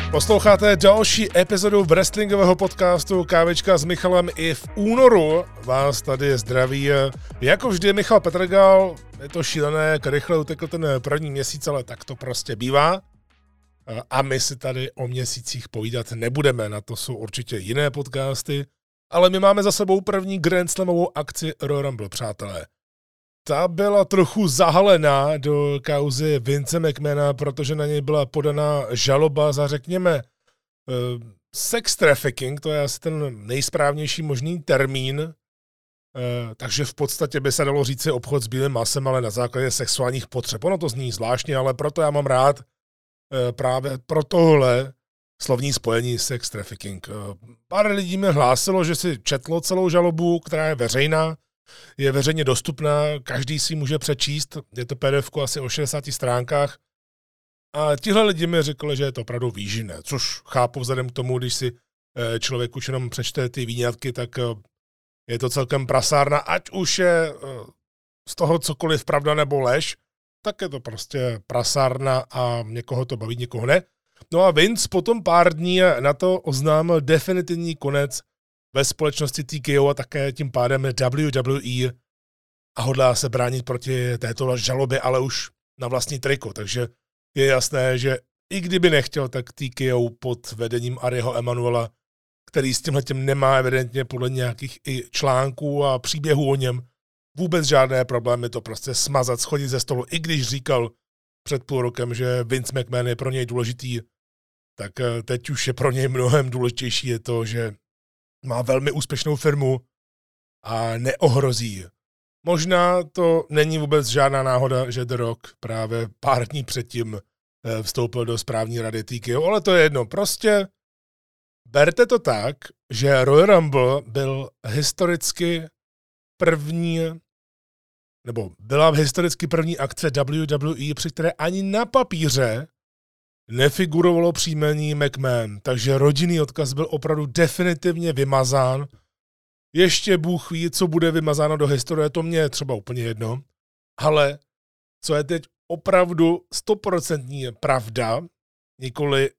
Posloucháte další epizodu wrestlingového podcastu Kávečka s Michalem. I v únoru vás tady zdraví jako vždy Michal Petrgal. Je to šílené, jak rychle utekl ten první měsíc, ale tak to prostě bývá. A my si tady o měsících povídat nebudeme, na to jsou určitě jiné podcasty. Ale my máme za sebou první Grand Slamovou akci Royal Rumble, přátelé. Ta byla trochu zahalená do kauzy Vince McMahona, protože na něj byla podaná žaloba za, řekněme, sex trafficking, to je asi ten nejsprávnější možný termín, takže v podstatě by se dalo říci obchod s bílým masem, ale na základě sexuálních potřeb. Ono to zní zvláštně, ale proto já mám rád právě pro tohle slovní spojení sex trafficking. Pár lidí mi hlásilo, že si četlo celou žalobu, která je veřejná, je veřejně dostupná, každý si může přečíst, je to PDF asi o 60 stránkách a tihle lidi mi řekli, že je to opravdu výživné, což chápu vzhledem k tomu, když si člověk už jenom přečte ty výňatky, tak je to celkem prasárna, ať už je z toho cokoliv pravda nebo lež, tak je to prostě prasárna a někoho to baví, někoho ne. No a Vince potom pár dní na to oznámil definitivní konec ve společnosti TKO a také tím pádem WWE a hodlá se bránit proti této žalobě, ale už na vlastní triko, takže je jasné, že i kdyby nechtěl, tak TKO pod vedením Ariho Emanuela, který s tímhletím nemá evidentně podle nějakých i článků a příběhů o něm vůbec žádné problémy to prostě smazat, schodit ze stolu, i když říkal před půl rokem, že Vince McMahon je pro něj důležitý, tak teď už je pro něj mnohem důležitější je to, že má velmi úspěšnou firmu a neohrozí. Možná to není vůbec žádná náhoda, že The Rock právě pár dní předtím vstoupil do správní rady TKO, ale to je jedno. Prostě berte to tak, že Royal Rumble byl historicky první, nebo byla historicky první akce WWE, při které ani na papíře nefigurovalo příjmení McMahon, takže rodinný odkaz byl opravdu definitivně vymazán. Ještě Bůh ví, co bude vymazáno do historie, to mě je třeba úplně jedno, ale co je teď opravdu 100% pravda, nikoli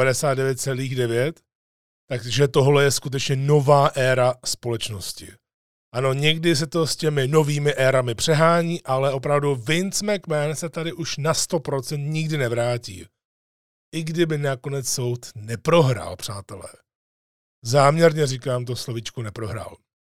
99,9, takže tohle je skutečně nová éra společnosti. Ano, někdy se to s těmi novými érami přehání, ale opravdu Vince McMahon se tady už na 100% nikdy nevrátí. I kdyby nakonec soud neprohrál, přátelé. Záměrně říkám to slovíčku neprohrál.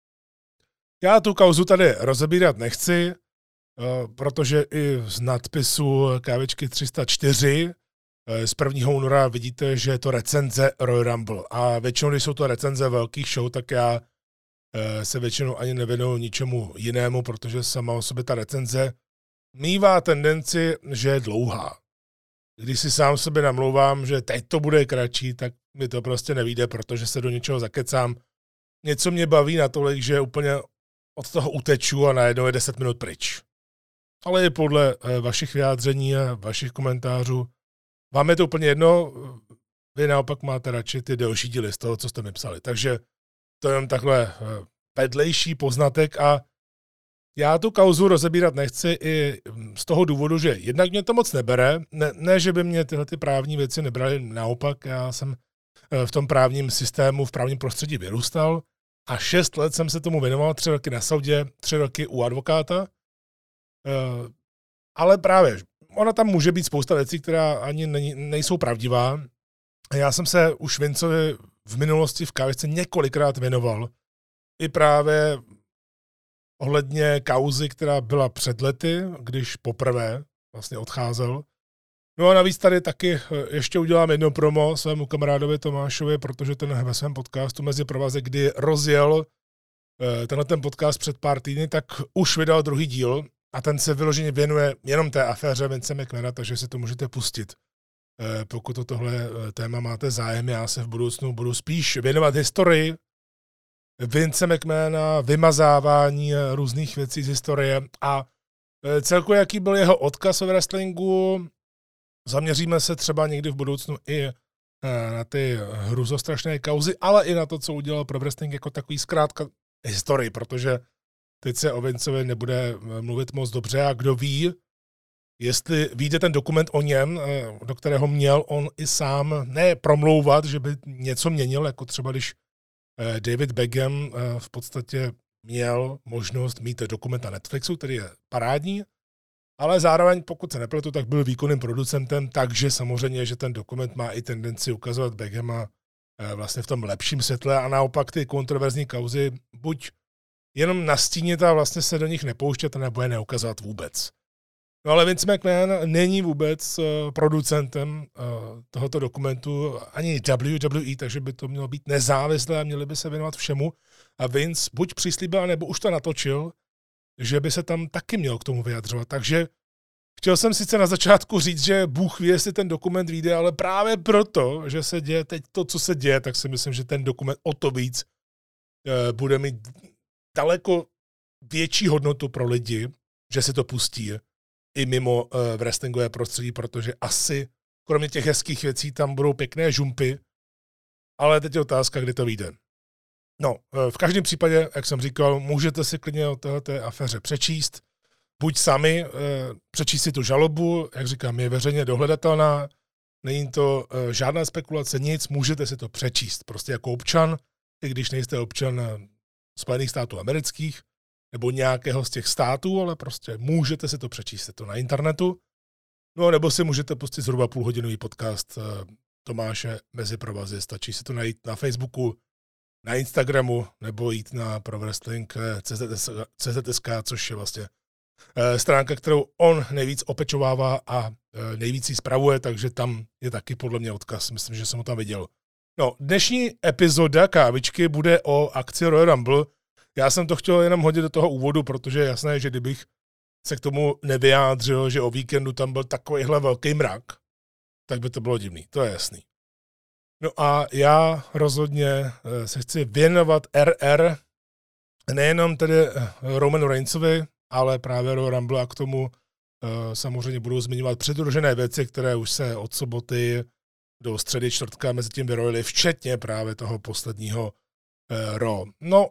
Já tu kauzu tady rozebírat nechci, protože i z nadpisu Kávečky 304 z 1. února vidíte, že je to recenze Royal Rumble. A většinou, když jsou to recenze velkých show, tak já se většinou ani nevěnuju ničemu jinému, protože sama o sobě ta recenze mívá tendenci, že je dlouhá. Když si sám sobě namlouvám, že teď to bude kratší, tak mi to prostě nevyjde, protože se do něčeho zakecám. Něco mě baví natolik, že úplně od toho uteču a najednou je 10 minut pryč. Ale i podle vašich vyjádření a vašich komentářů vám je to úplně jedno, vy naopak máte radši ty delší díly z toho, co jste mi psali. Takže to je jen takhle vedlejší poznatek a já tu kauzu rozebírat nechci i z toho důvodu, že jednak mě to moc nebere, ne že by mě tyhle ty právní věci nebraly, naopak, já jsem v tom právním systému, v právním prostředí vyrůstal a 6 let jsem se tomu věnoval, 3 roky na soudě, 3 roky u advokáta, ale právě, ona tam může být spousta věcí, která ani nejsou pravdivá. Já jsem se už Vincovi v minulosti v Kávečce několikrát věnoval, i právě ohledně kauzy, která byla před lety, když poprvé vlastně odcházel. No a navíc tady taky ještě udělám jedno promo svému kamarádovi Tomášovi, protože ten ve svém podcastu Mezi provazy, kdy rozjel tenhle ten podcast před pár týdny, tak už vydal druhý díl a ten se vyloženě věnuje jenom té aféře Vince McMahona, takže si to můžete pustit. Pokud o tohle téma máte zájem, já se v budoucnu budu spíš věnovat historii Vince McMahona, vymazávání různých věcí z historie a celkově jaký byl jeho odkaz o wrestlingu. Zaměříme se třeba někdy v budoucnu i na ty hruzostrašné kauzy, ale i na to, co udělal pro wrestling jako takový zkrátka historii, protože teď se o Vincovi nebude mluvit moc dobře a kdo ví, jestli vyjde ten dokument o něm, do kterého měl on i sám ne promlouvat, že by něco měnil, jako třeba když David Beckham v podstatě měl možnost mít dokument na Netflixu, který je parádní, ale zároveň, pokud se nepletu, tak byl výkonným producentem, takže samozřejmě, že ten dokument má i tendenci ukazovat Beckhama vlastně v tom lepším světle a naopak ty kontroverzní kauzy buď jenom nastínit a vlastně se do nich nepouštět, nebo je neukazovat vůbec. No ale Vince McMahon není vůbec producentem tohoto dokumentu, ani WWE, takže by to mělo být nezávislé a měli by se věnovat všemu. A Vince buď přislíbil, nebo už to natočil, že by se tam taky měl k tomu vyjadřovat. Takže chtěl jsem sice na začátku říct, že Bůh ví, jestli ten dokument vyjde, ale právě proto, že se děje teď to, co se děje, tak si myslím, že ten dokument o to víc bude mít daleko větší hodnotu pro lidi, že si to pustí i mimo wrestlingové prostředí, protože asi kromě těch hezkých věcí tam budou pěkné žumpy, ale teď je otázka, kdy to vyjde. No, v každém případě, jak jsem říkal, můžete si klidně o této aféře přečíst, buď sami, přečíst si tu žalobu, jak říkám, je veřejně dohledatelná, není to žádná spekulace, nic, můžete si to přečíst, prostě jako občan, i když nejste občan Spojených států amerických, nebo nějakého z těch států, ale prostě můžete si to přečíst, je to na internetu, no nebo si můžete pustit zhruba půlhodinový podcast Tomáše Mezi provazy, stačí si to najít na Facebooku, na Instagramu, nebo jít na prowrestling.cz.sk, což je vlastně stránka, kterou on nejvíc opečovává a nejvíc ji spravuje, takže tam je taky podle mě odkaz, myslím, že jsem ho tam viděl. No, dnešní epizoda Kávičky bude o akci Royal Rumble. Já jsem to chtěl jenom hodit do toho úvodu, protože je jasné, že kdybych se k tomu nevyjádřil, že o víkendu tam byl takovýhle velký mrak, tak by to bylo divný, to je jasný. No a já rozhodně se chci věnovat RR, nejenom tedy Romanu Reignsovi, ale právě Royal Rumble a k tomu samozřejmě budou zmiňovat předružené věci, které už se od soboty do středy čtvrtka mezi tím vyrojily, včetně právě toho posledního Raw. No,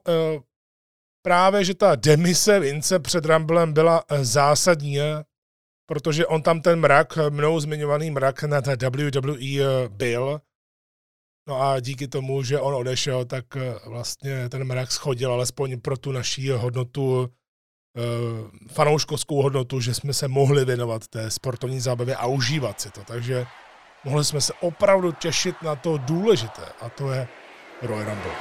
právě, že ta demise Vince před Rumblem byla zásadní, protože on tam ten mrak, mnou zmiňovaný mrak na WWE byl. No a díky tomu, že on odešel, tak vlastně ten mrak schodil, alespoň pro tu naší hodnotu, fanouškovskou hodnotu, že jsme se mohli věnovat té sportovní zábavě a užívat si to. Takže mohli jsme se opravdu těšit na to důležité, a to je Royal Rumble.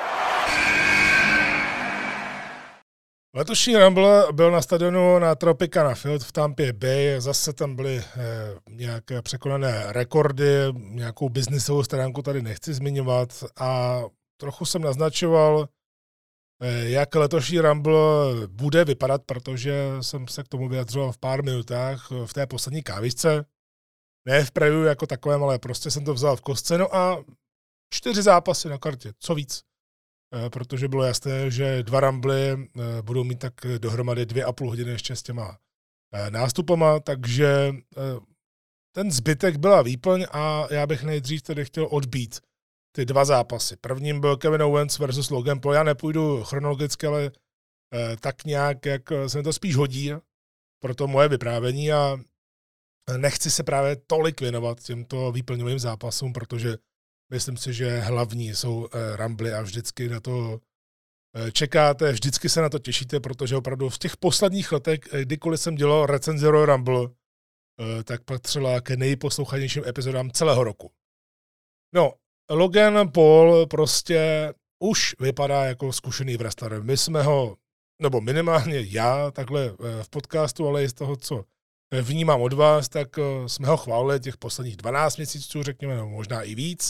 Letošní Rumble byl na stadionu na Tropicana Field v Tampě Bay, zase tam byly nějaké překonané rekordy, nějakou biznisovou stránku tady nechci zmiňovat a trochu jsem naznačoval, jak letošní Rumble bude vypadat, protože jsem se k tomu vyjadřoval v pár minutách v té poslední kávičce. Ne v preview jako takovém, ale prostě jsem to vzal v kostce. No a 4 zápasy na kartě, co víc. Protože bylo jasné, že 2 Rumbly budou mít tak dohromady 2,5 hodiny ještě s těma nástupama, takže ten zbytek byla výplň a já bych nejdřív tedy chtěl odbít ty 2 zápasy. Prvním byl Kevin Owens versus Logan Paul. Já nepůjdu chronologicky, ale tak nějak, jak se mi to spíš hodí pro to moje vyprávění a nechci se právě tolik věnovat těmto výplňovým zápasům, protože myslím si, že hlavní jsou Rumbly a vždycky na to čekáte, vždycky se na to těšíte, protože opravdu v těch posledních letech, kdykoliv jsem dělal recenzi Royal Rumble, tak patřila k nejposlouchanějším epizodám celého roku. No, Logan Paul prostě už vypadá jako zkušený wrestler. My jsme ho, nebo minimálně já takhle v podcastu, ale i z toho, co vnímám od vás, tak jsme ho chválili těch posledních 12 měsíců, řekněme, nebo možná i víc,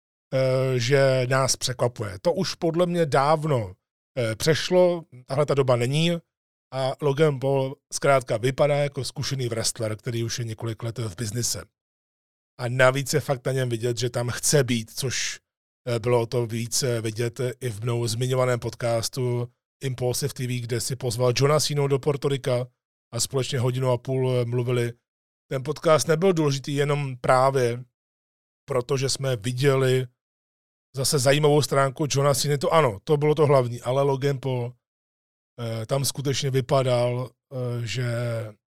že nás překvapuje. To už podle mě dávno přešlo, tahle ta doba není a Logan Paul zkrátka vypadá jako zkušený wrestler, který už je několik let v biznise. A navíc je fakt na něm vidět, že tam chce být, což bylo to více vidět i v mnou zmiňovaném podcastu Impulsive TV, kde si pozval Johna Cenu do Puerto Rica a společně 1,5 hodiny mluvili. Ten podcast nebyl důležitý jenom právě proto, že jsme viděli zase zajímavou stránku Johna Ceny, to ano, to bylo to hlavní, ale Logan Paul tam skutečně vypadal, že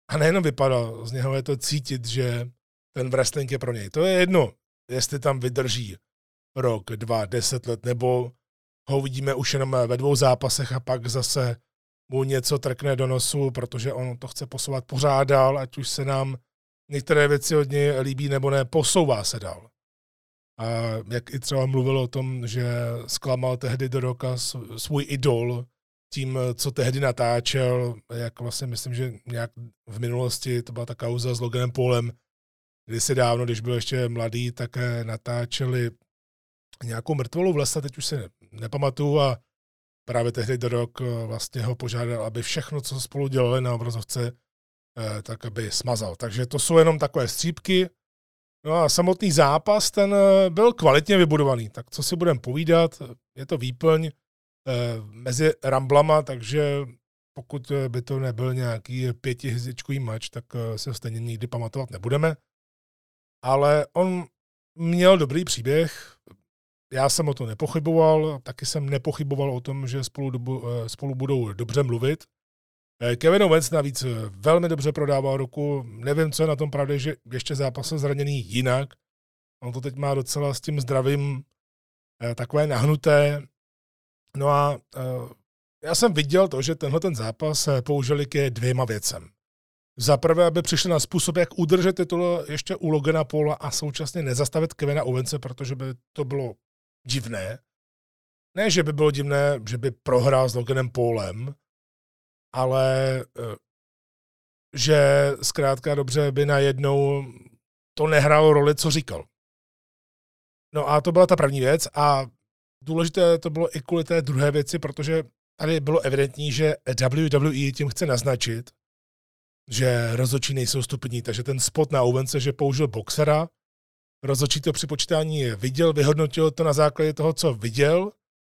A nejenom vypadá, z něho je to cítit, že ten wrestling je pro něj. To je jedno, jestli tam vydrží rok, 2, 10 let, nebo ho vidíme už jenom ve 2 zápasech a pak zase mu něco trkne do nosu, protože on to chce posouvat pořád dál, ať už se nám některé věci od něj líbí nebo ne, posouvá se dál. A jak i třeba mluvil o tom, že zklamal tehdy do roka svůj idol tím, co tehdy natáčel, jak vlastně myslím, že nějak v minulosti to byla ta kauza s Loganem Paulem, kdysi dávno, když byl ještě mladý, tak natáčeli nějakou mrtvolu v lese, teď už si nepamatuju, a právě tehdy do rok vlastně ho požádal, aby všechno, co spolu dělali na obrazovce, tak aby smazal. Takže to jsou jenom takové střípky. No a samotný zápas, ten byl kvalitně vybudovaný. Tak co si budeme povídat, je to výplň mezi ramblama, takže pokud by to nebyl nějaký 5hvězdičkový mač, tak se stejně nikdy pamatovat nebudeme. Ale on měl dobrý příběh, já jsem o to nepochyboval, taky jsem nepochyboval o tom, že spolu budou dobře mluvit. Kevin Owens navíc velmi dobře prodával ruku, nevím, co je na tom pravdy, že ještě zápasil zraněný jinak. On to teď má docela s tím zdravím takové nahnuté. No a já jsem viděl to, že tenhle ten zápas použili ke 2 věcem. Za prvé, aby přišli na způsob, jak udržet titul ještě u Logana Paula a současně nezastavit Kevina Owense, protože by to bylo divné. Ne, že by bylo divné, že by prohrál s Loganem Paulem, ale že zkrátka dobře by najednou to nehrálo roli, co říkal. No a to byla ta první věc a důležité to bylo i kvůli té druhé věci, protože tady bylo evidentní, že WWE tím chce naznačit, že rozhodčí nejsou stupidní, takže ten spot na Owense, že použil boxera, rozhodčí to při počítání viděl, vyhodnotil to na základě toho, co viděl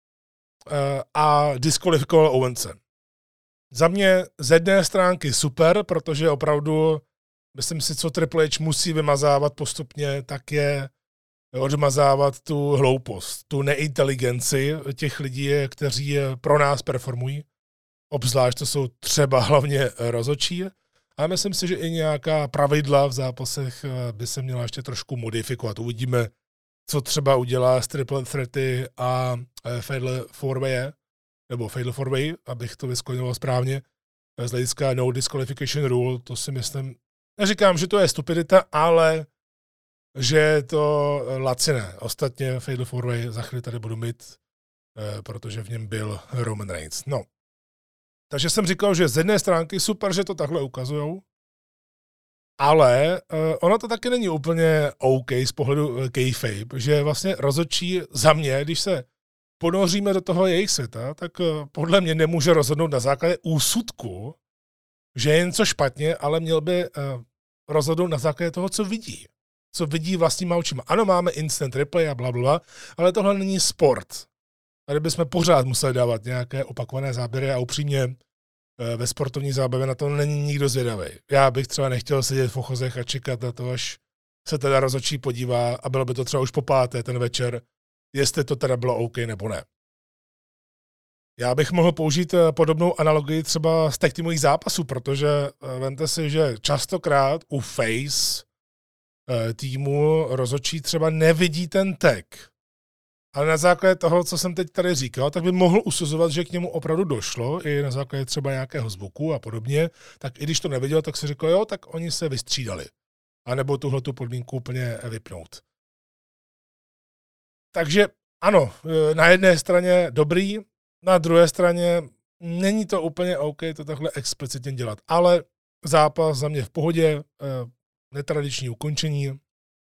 a diskvalifikoval Owense. Za mě z jedné stránky super, protože opravdu, myslím si, co Triple H musí vymazávat postupně, tak je odmazávat tu hloupost, tu neinteligenci těch lidí, kteří pro nás performují. Obzvlášť to jsou třeba hlavně rozhodčí. A myslím si, že i nějaká pravidla v zápasech by se měla ještě trošku modifikovat. Uvidíme, co třeba udělá s Triple Threaty a Fatal 4-Way, nebo Fatal 4-Way, abych to vyskloňoval správně, z hlediska no disqualification rule, to si myslím, neříkám, že to je stupidita, ale že je to laciné. Ostatně Fatal 4-Way za chvíli tady budu mít, protože v něm byl Roman Reigns. No. Takže jsem říkal, že z jedné stránky super, že to takhle ukazujou, ale ono to taky není úplně OK z pohledu kayfabe, že vlastně rozhodčí za mě, když se ponoříme do toho jejich světa, tak podle mě nemůže rozhodnout na základě úsudku, že je něco špatně, ale měl by rozhodnout na základě toho, co vidí. Co vidí vlastníma očima. Ano, máme instant replay a blablabla, ale tohle není sport. Tady bychom pořád museli dávat nějaké opakované záběry a upřímně ve sportovní zábavě na to není nikdo zvědavý. Já bych třeba nechtěl sedět v ochozech a čekat na to, až se teda rozhodčí podívá a bylo by to třeba už po 5. ten večer, jestli to teda bylo OK nebo ne. Já bych mohl použít podobnou analogii třeba z tag teamových zápasů, protože vemte si, že častokrát u face týmu rozhodčí třeba nevidí ten tag. Ale na základě toho, co jsem teď tady říkal, tak by mohl usuzovat, že k němu opravdu došlo, i na základě třeba nějakého zvuku a podobně, tak i když to neviděl, tak si řekl, jo, tak oni se vystřídali. A nebo tuhletu podmínku úplně vypnout. Takže ano, na jedné straně dobrý, na druhé straně není to úplně OK to takhle explicitně dělat. Ale zápas za mě v pohodě, netradiční ukončení,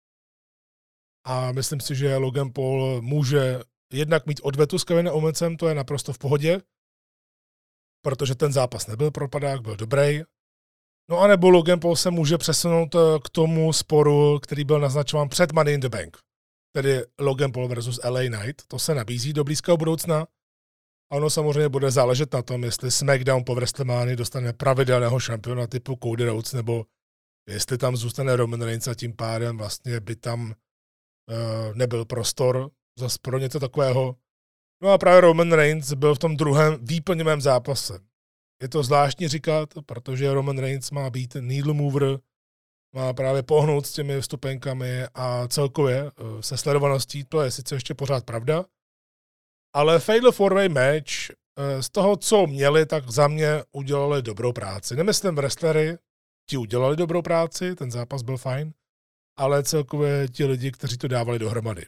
a myslím si, že Logan Paul může jednak mít odvetu s Kevinem Owensem, to je naprosto v pohodě, protože ten zápas nebyl propadák, byl dobrý. No a nebo Logan Paul se může přesunout k tomu sporu, který byl naznačován před Money in the Bank, tedy Logan Paul versus LA Knight. To se nabízí do blízkého budoucna. A ono samozřejmě bude záležet na tom, jestli SmackDown po WrestleMania dostane pravidelného šampiona typu Cody Rhodes, nebo jestli tam zůstane Roman Reigns a tím pádem vlastně by tam nebyl prostor zase pro něco takového. No a právě Roman Reigns byl v tom druhém výplňovém zápase. je to zvláštní říkat, protože Roman Reigns má být needle mover, má právě pohnout s těmi vstupenkami a celkově se sledovaností, to je sice ještě pořád pravda, ale Fatal 4-way match z toho, co měli, tak za mě udělali dobrou práci. Nemyslím wrestlery, ti udělali dobrou práci, ten zápas byl fajn, ale celkově ti lidi, kteří to dávali dohromady.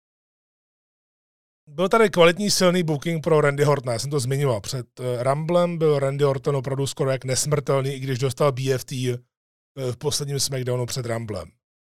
Byl tady kvalitní silný booking pro Randy Ortona, já jsem to zmiňoval. Před Rumblem byl Randy Orton opravdu skoro jak nesmrtelný, i když dostal BFT v posledním SmackDownu před Rumblem.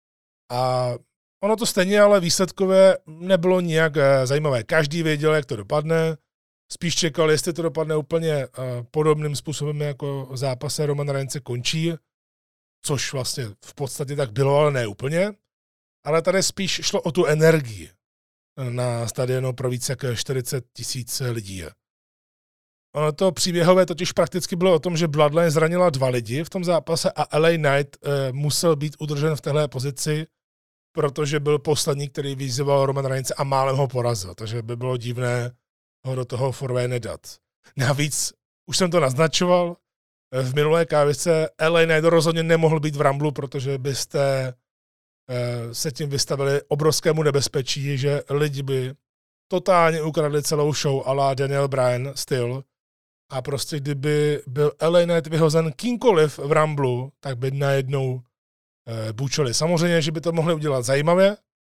A ono to stejně, ale výsledkově nebylo nijak zajímavé. Každý věděl, jak to dopadne, spíš čekal, jestli to dopadne úplně podobným způsobem, jako v zápase Roman Reigns končí, což vlastně v podstatě tak bylo, ale ne úplně. Ale tady spíš šlo o tu energii na stadionu pro více jak 40 000 lidí. Ono to příběhové totiž prakticky bylo o tom, že Bloodline zranila 2 lidi v tom zápase a LA Knight musel být udržen v téhle pozici, protože byl poslední, který vyzýval Roman Reigns a málem ho porazil, takže by bylo divné ho do toho four-way nedat. Navíc, už jsem to naznačoval, v minulé kávičce LA Knight rozhodně nemohl být v Rumblu, protože byste se tím vystavili obrovskému nebezpečí, že lidi by totálně ukradli celou show a la Daniel Bryan styl a prostě kdyby byl LA Knight vyhozen kýmkoliv v Rumblu, tak by najednou bučili. Samozřejmě, že by to mohli udělat zajímavě,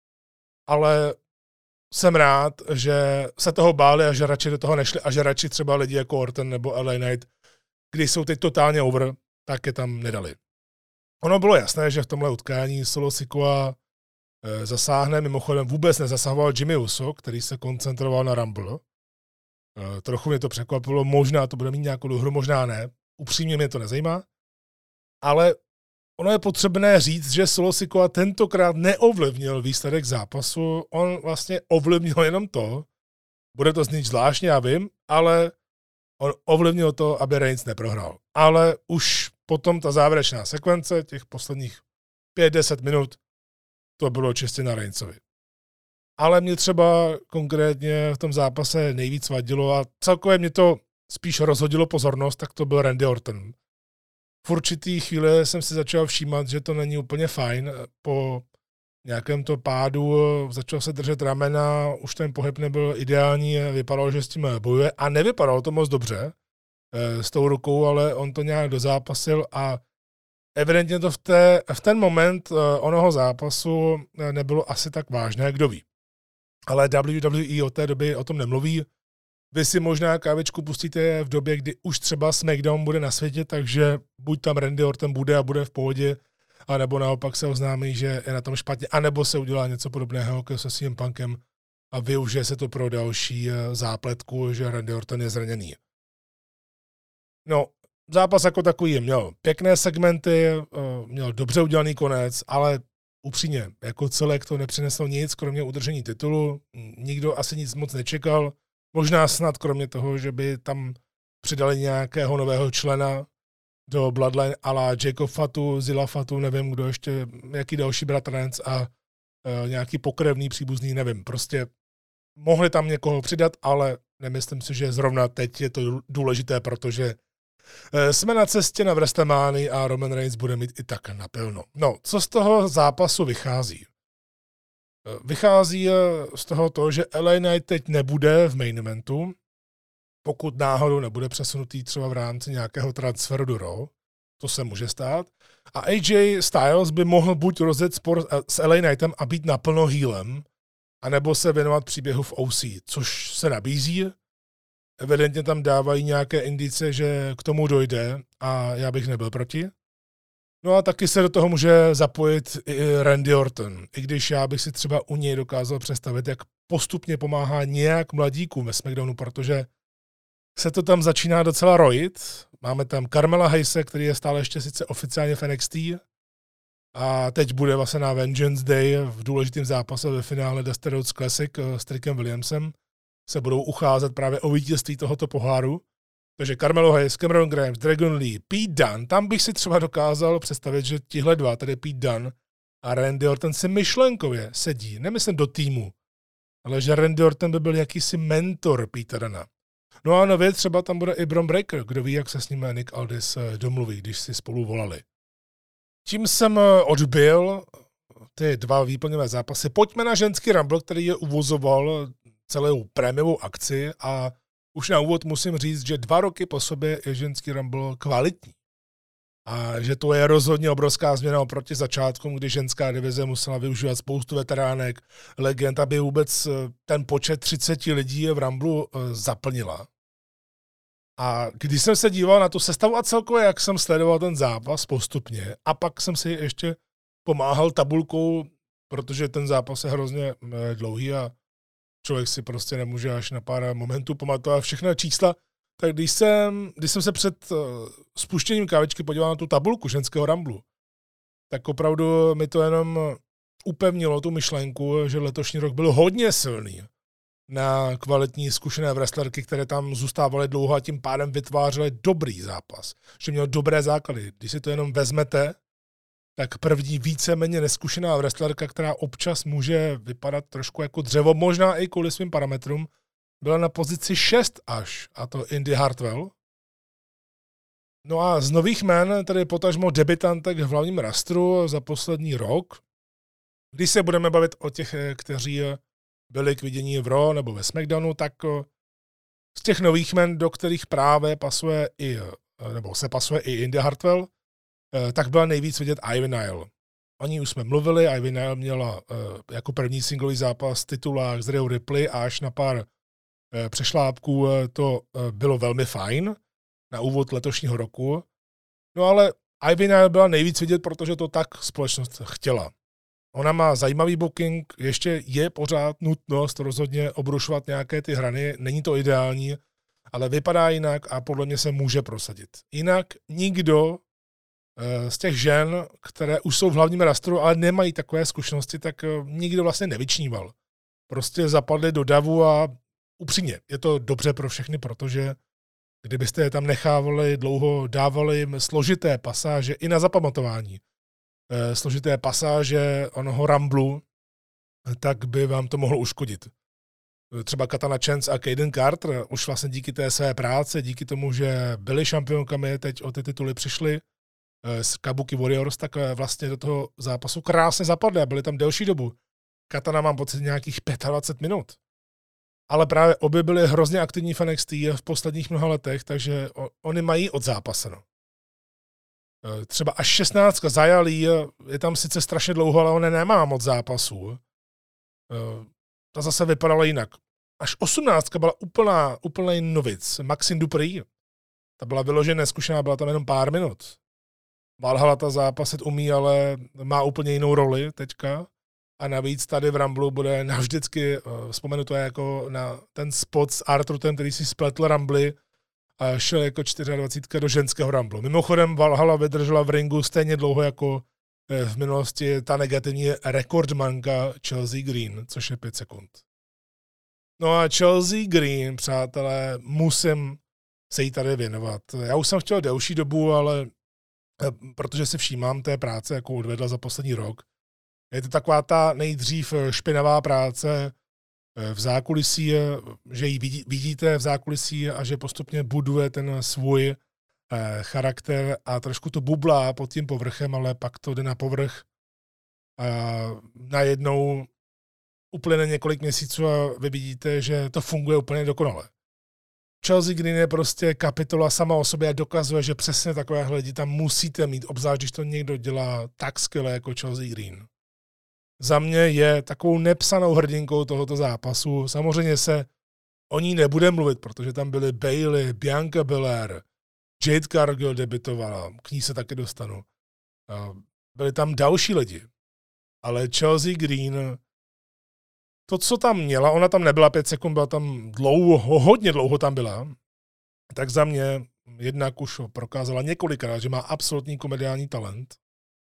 ale jsem rád, že se toho báli a že radši do toho nešli a že radši třeba lidi jako Orton nebo LA Knight, když jsou teď totálně over, tak je tam nedali. Ono bylo jasné, že v tomhle utkání Solo Sikoa zasáhne, mimochodem vůbec nezasahoval Jimmy Uso, který se koncentroval na Rumble. Trochu mě to překvapilo, možná to bude mít nějakou hru, možná ne, upřímně mě to nezajímá, ale ono je potřebné říct, že Solo Sikoa tentokrát neovlivnil výsledek zápasu, on vlastně ovlivnil jenom to, bude to znít zvláštně, já vím, ale on ovlivnil to, aby Reigns neprohrál. Ale už potom ta závěrečná sekvence, těch posledních 5-10 minut, to bylo čistě na Reignsovi. Ale mě třeba konkrétně v tom zápase nejvíc vadilo a celkově mě to spíš rozhodilo pozornost, tak to byl Randy Orton. V určitý chvíli jsem si začal všímat, že to není úplně fajn. Po nějakém to pádu začal se držet ramena, už ten pohyb nebyl ideální, vypadalo, že s tím bojuje a nevypadalo to moc dobře s tou rukou, ale on to nějak dozápasil a evidentně to v ten moment onoho zápasu nebylo asi tak vážné, kdo ví. Ale WWE od té doby o tom nemluví. Vy si možná kávičku pustíte v době, kdy už třeba SmackDown bude na světě, takže buď tam Randy Orton bude a bude v pohodě, anebo naopak se oznámí, že je na tom špatně, anebo se udělá něco podobného jako se CM Punkem a využije se to pro další zápletku, že Randy Orton je zraněný. No, zápas jako takový měl pěkné segmenty, měl dobře udělaný konec, ale upřímně, jako celek to nepřineslo nic, kromě udržení titulu, nikdo asi nic moc nečekal, možná snad kromě toho, že by tam přidali nějakého nového člena do Bloodline a la Jacob Fatu, Zilla Fatu, nevím kdo ještě, jaký další bratranec a nějaký pokrevný příbuzný, nevím, prostě mohli tam někoho přidat, ale nemyslím si, že zrovna teď je to důležité, protože jsme na cestě na WrestleMania a Roman Reigns bude mít i tak napilno. No, co z toho zápasu vychází? Vychází z toho to, že LA Knight teď nebude v main eventu, pokud náhodou nebude přesunutý třeba v rámci nějakého transferu do Raw, to se může stát. A AJ Styles by mohl buď rozjet spor s LA Knightem a být naplno heelem, anebo se věnovat příběhu v OC, což se nabízí. Evidentně tam dávají nějaké indice, že k tomu dojde a já bych nebyl proti. No a taky se do toho může zapojit i Randy Orton, i když já bych si třeba u něj dokázal představit, jak postupně pomáhá nějak mladíkům ve SmackDownu, protože se to tam začíná docela rojit. Máme tam Carmela Hayse, který je stále ještě sice oficiálně v NXT a teď bude vlastně na Vengeance Day v důležitém zápase ve finále Dusty Rhodes Classic s Trickem Williamsem se budou ucházet právě o vítězství tohoto poháru. Takže Carmelo Hayes, Cameron Grimes, Dragon Lee, Pete Dunne, tam bych si třeba dokázal představit, že tihle dva, tedy Pete Dunne a Randy Orton si myšlenkově sedí, nemyslím do týmu, ale že Randy Orton by byl jakýsi mentor Pete Dunna. No a nově třeba tam bude i Bron Breakker, kdo ví, jak se s ním Nick Aldis domluví, když si spolu volali. Tím jsem odbil ty 2 výplňové zápasy. Pojďme na ženský Rumble, který je uvozoval celou prémiovou akci a už na úvod musím říct, že 2 roky po sobě je ženský Rumble kvalitní. A že to je rozhodně obrovská změna oproti začátkům, kdy ženská divize musela využívat spoustu veteránek, legend, aby vůbec ten počet 30 lidí v Rumble zaplnila. A když jsem se díval na tu sestavu a celkově, jak jsem sledoval ten zápas postupně, a pak jsem si ještě pomáhal tabulkou, protože ten zápas je hrozně dlouhý a člověk si prostě nemůže až na pár momentů pamatovat všechna čísla, tak když jsem se před spuštěním kávičky podíval na tu tabulku ženského Rumblu, tak opravdu mi to jenom upevnilo tu myšlenku, že letošní rok byl hodně silný na kvalitní zkušené wrestlerky, které tam zůstávaly dlouho a tím pádem vytvářely dobrý zápas. Že měl dobré základy. Když si to jenom vezmete, tak první víceméně neskušená wrestlerka, která občas může vypadat trošku jako dřevo, možná i kvůli svým parametrům, byla na pozici 6 až, a to Indy Hartwell. No a z nových jmen, tedy potažmo debutantek v hlavním rastru za poslední rok, když se budeme bavit o těch, kteří byli k vidění v Raw nebo ve SmackDownu, tak z těch nových jmen, do kterých právě pasuje i Indy Hartwell, tak byla nejvíc vidět Ivy Nile. O ní už jsme mluvili, Ivy Nile měla jako první singlový zápas titulák s Rhea Ripley a až na pár přešlápků to bylo velmi fajn na úvod letošního roku. No ale Ivy Nile byla nejvíc vidět, protože to tak společnost chtěla. Ona má zajímavý booking, ještě je pořád nutnost rozhodně obrušovat nějaké ty hrany, není to ideální, ale vypadá jinak a podle mě se může prosadit. Jinak nikdo z těch žen, které už jsou v hlavním rastru, ale nemají takové zkušenosti, tak nikdo vlastně nevyčníval. Prostě zapadli do davu a upřímně, je to dobře pro všechny, protože kdybyste je tam nechávali dlouho, dávali jim složité pasáže i na zapamatování, složité pasáže onoho Rumblu, tak by vám to mohlo uškodit. Třeba Katana Chance a Kaden Carter už vlastně díky té své práce, díky tomu, že byli šampionkami, teď o ty tituly přišli z Kabuki Warriors, tak vlastně do toho zápasu krásně zapadly a byli tam delší dobu. Katana mám pocit nějakých 25 minut. Ale právě obě byly hrozně aktivní v NXT v posledních mnoha letech, takže oni mají odzápaseno. Třeba až 16 Zajali je tam sice strašně dlouho, ale ona nemá moc zápasů. Ta zase vypadala jinak. Až 18 byla úplný novic. Maxine Dupri. Ta byla vyloženě neskušená, byla tam jenom pár minut. Valhalla ta zápasit umí, ale má úplně jinou roli teďka. A navíc tady v Rumblu bude navždycky, vzpomenu to jako na ten spot s Artrutem, který si spletl Rumbly a šel jako 24 do ženského Rumblu. Mimochodem Valhalla vydržela v ringu stejně dlouho jako v minulosti ta negativní rekordmanka Chelsea Green, což je 5 sekund. No a Chelsea Green, přátelé, musím se jí tady věnovat. Já už jsem chtěl delší dobu, ale protože si všímám té práce, jakou odvedla za poslední rok. Je to taková ta nejdřív špinavá práce v zákulisí, že ji vidíte v zákulisí a že postupně buduje ten svůj charakter a trošku to bublá pod tím povrchem, ale pak to jde na povrch a najednou uplyne několik měsíců a vy vidíte, že to funguje úplně dokonale. Chelsea Green je prostě kapitola sama o sobě a dokazuje, že přesně takovéhle lidi tam musíte mít, obzvlášť když to někdo dělá tak skvěle jako Chelsea Green. Za mě je takovou nepsanou hrdinkou tohoto zápasu. Samozřejmě se o ní nebude mluvit, protože tam byly Bayley, Bianca Belair, Jade Cargill debitovala, k ní se taky dostanu. Byli tam další lidi. Ale Chelsea Green, to, co tam měla, ona tam nebyla 5 sekund, byla tam dlouho, hodně dlouho tam byla, tak za mě jednak už prokázala několikrát, že má absolutní komediální talent.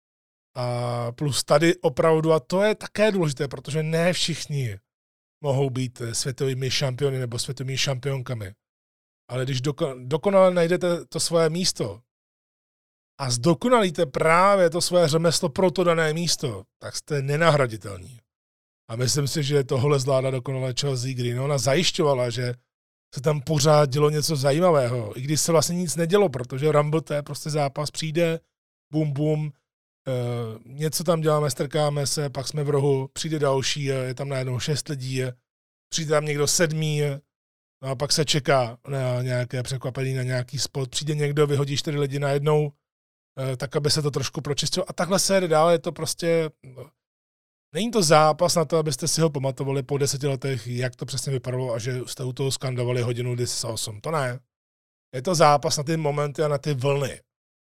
A plus tady opravdu, a to je také důležité, protože ne všichni mohou být světovými šampiony nebo světovými šampionkami. Ale když dokonale najdete to svoje místo a zdokonalíte právě to své řemeslo pro to dané místo, tak jste nenahraditelní. A myslím si, že tohle zvládla dokonale Chelsea Green. Ona zajišťovala, že se tam pořád dělo něco zajímavého, i když se vlastně nic nedělo, protože Rumble to je prostě zápas, přijde, bum, bum, něco tam děláme, strkáme se, pak jsme v rohu, přijde další, je tam najednou 6 lidí, přijde tam někdo 7, no a pak se čeká na nějaké překvapení, na nějaký spot, přijde někdo, vyhodí 4 lidi najednou, tak aby se to trošku pročistilo a takhle se jde dál, je to prostě, není to zápas na to, abyste si ho pamatovali po 10 letech, jak to přesně vypadalo a že jste u toho skandovali hodinu 10:08, to ne. Je to zápas na ty momenty a na ty vlny.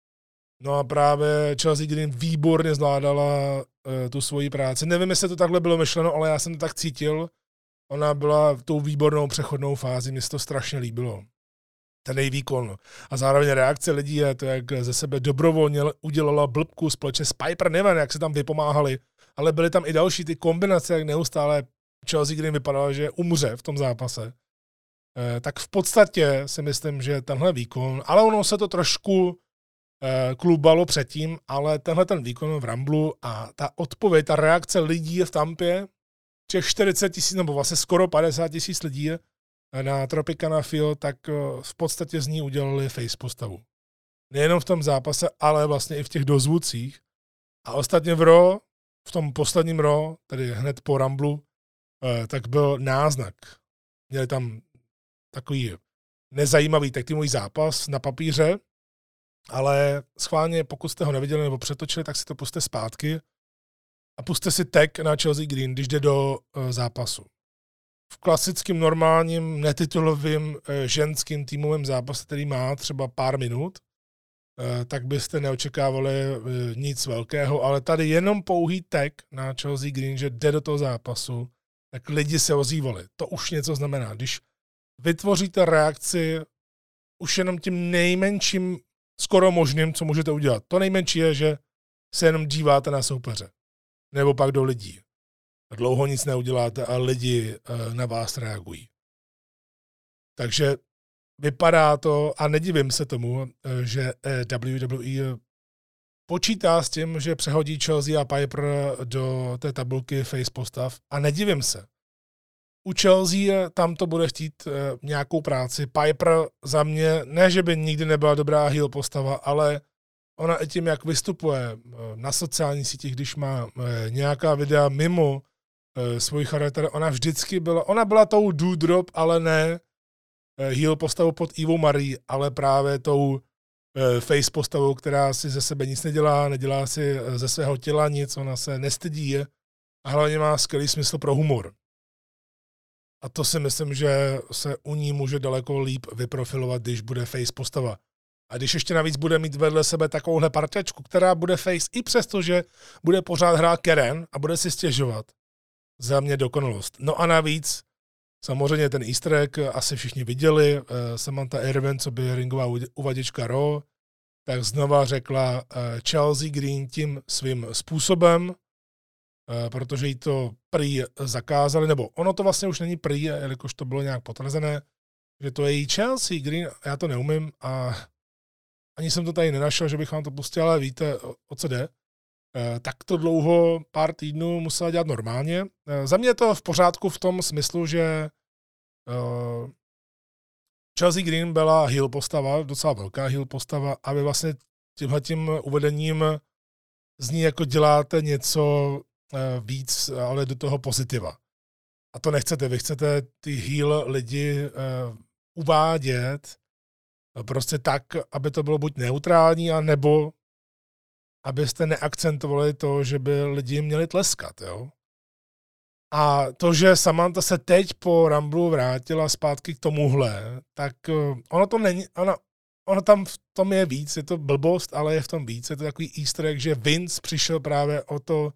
No a právě Chelsea Green výborně zvládala tu svoji práci. Nevím, jestli to takhle bylo myšleno, ale já jsem to tak cítil. Ona byla tou výbornou přechodnou fází, mně se to strašně líbilo. Ten její výkon. A zároveň reakce lidí je to, jak ze sebe dobrovolně udělala blbku společně s Piper Niven, jak se tam vypomáhali. Ale byly tam i další ty kombinace, jak neustále Chelsea Green vypadala, že umře v tom zápase. Tak v podstatě si myslím, že tenhle výkon, ale ono se to trošku klubalo předtím, ale tenhle ten výkon v Rumblu a ta odpověď, ta reakce lidí v Tampě, těch 40 000 nebo vlastně skoro 50 000 lidí na Tropicana Field, tak v podstatě z ní udělali face postavu. Nejenom v tom zápase, ale vlastně i v těch dozvucích. A ostatně v Raw, v tom posledním Raw, tedy hned po Rumblu, tak byl náznak. Měli tam takový nezajímavý taktimový zápas na papíře, ale schválně, pokud jste ho neviděli nebo přetočili, tak si to pusťte zpátky a pusťte si tag na Chelsea Green, když jde do zápasu. V klasickém, normálním, netitulovým ženským týmovém zápase, který má třeba pár minut, tak byste neočekávali nic velkého, ale tady jenom pouhý tag na Chelsea Green, že jde do toho zápasu, tak lidi se ozývali. To už něco znamená. Když vytvoříte reakci už jenom tím nejmenším skoro možným, co můžete udělat. To nejmenší je, že se jenom díváte na soupeře. Nebo pak do lidí. Dlouho nic neuděláte a lidi na vás reagují. Takže vypadá to, a nedivím se tomu, že WWE počítá s tím, že přehodí Chelsea a Piper do té tabulky face postav a nedivím se. U Chelsea tam to bude chtít nějakou práci. Piper za mě, ne, že by nikdy nebyla dobrá heel postava, ale ona i tím, jak vystupuje na sociálních sítích, když má nějaká videa mimo svůj charakter, ona vždycky byla, ona byla tou doudrop, ale ne heel postavou pod Evou Marie, ale právě tou face postavou, která si ze sebe nic nedělá si ze svého těla nic, ona se nestydí a hlavně má skvělý smysl pro humor. A to si myslím, že se u ní může daleko líp vyprofilovat, když bude face postava. A když ještě navíc bude mít vedle sebe takovouhle parťačku, která bude face i přesto, že bude pořád hrát Karen a bude si stěžovat. Za mě dokonalost. No a navíc, samozřejmě ten easter egg asi všichni viděli, Samantha Irvin, co by ringová uvaděčka Raw, tak znova řekla Chelsea Green tím svým způsobem, protože jí to prý zakázali, nebo ono to vlastně už není prý, jelikož to bylo nějak potvrzené, že to je její Chelsea Green, já to neumím a ani jsem to tady nenašel, že bych vám to pustil, ale víte, o co jde. Tak to dlouho, pár týdnů musela dělat normálně. Za mě je to v pořádku v tom smyslu, že Chelsea Green byla heel postava, docela velká heel postava, a vy vlastně tímhletím uvedením z ní jako děláte něco víc, ale do toho pozitiva. A to nechcete. Vy chcete ty heel lidi uvádět prostě tak, aby to bylo buď neutrální, a nebo abyste neakcentovali to, že by lidi měli tleskat. Jo? A to, že Samantha se teď po Rumblu vrátila zpátky k tomuhle, tak ono to není, ono tam v tom je víc, je to blbost, ale je v tom víc. Je to takový easter egg, že Vince přišel právě o to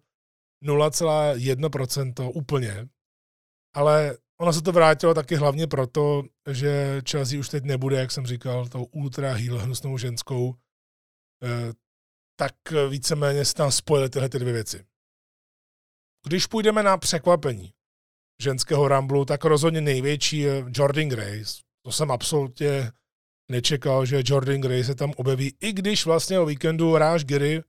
0,1% úplně, ale ono se to vrátilo taky hlavně proto, že Chelsea už teď nebude, jak jsem říkal, tou ultra heel hnusnou ženskou, tak víceméně se tam spojily tyhle ty dvě věci. Když půjdeme na překvapení ženského Rumblu, tak rozhodně největší je Jordynne Grace. To jsem absolutně nečekal, že Jordynne Grace se tam objeví, i když vlastně o víkendu Raj Giri,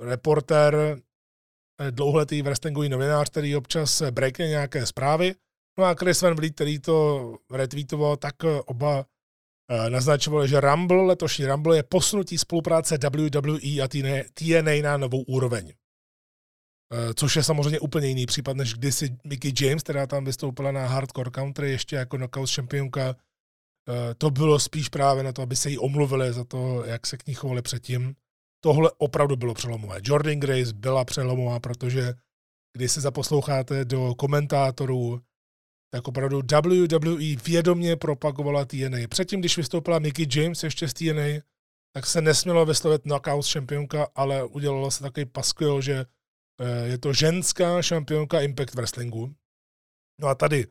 reportér, dlouholetý wrestlingový novinář, který občas breakne nějaké zprávy, No a Chris Van Vliet, který to retweetoval, tak oba naznačovali, že letošní Rumble je posunutí spolupráce WWE a TNA na novou úroveň. Což je samozřejmě úplně jiný případ, než kdysi Mickie James, která tam vystoupila na Hardcore Country ještě jako knockout šampionka. To bylo spíš právě na to, aby se jí omluvili za to, jak se k ní chovali předtím. Tohle opravdu bylo přelomové. Jordynne Grace byla přelomová, protože když se zaposloucháte do komentátorů, tak opravdu WWE vědomě propagovala TNA. Předtím, když vystoupila Mickie James ještě z TNA, tak se nesmělo vyslovit knockout šampionka, ale udělalo se takový paskvil, že je to ženská šampionka Impact Wrestlingu. No a tady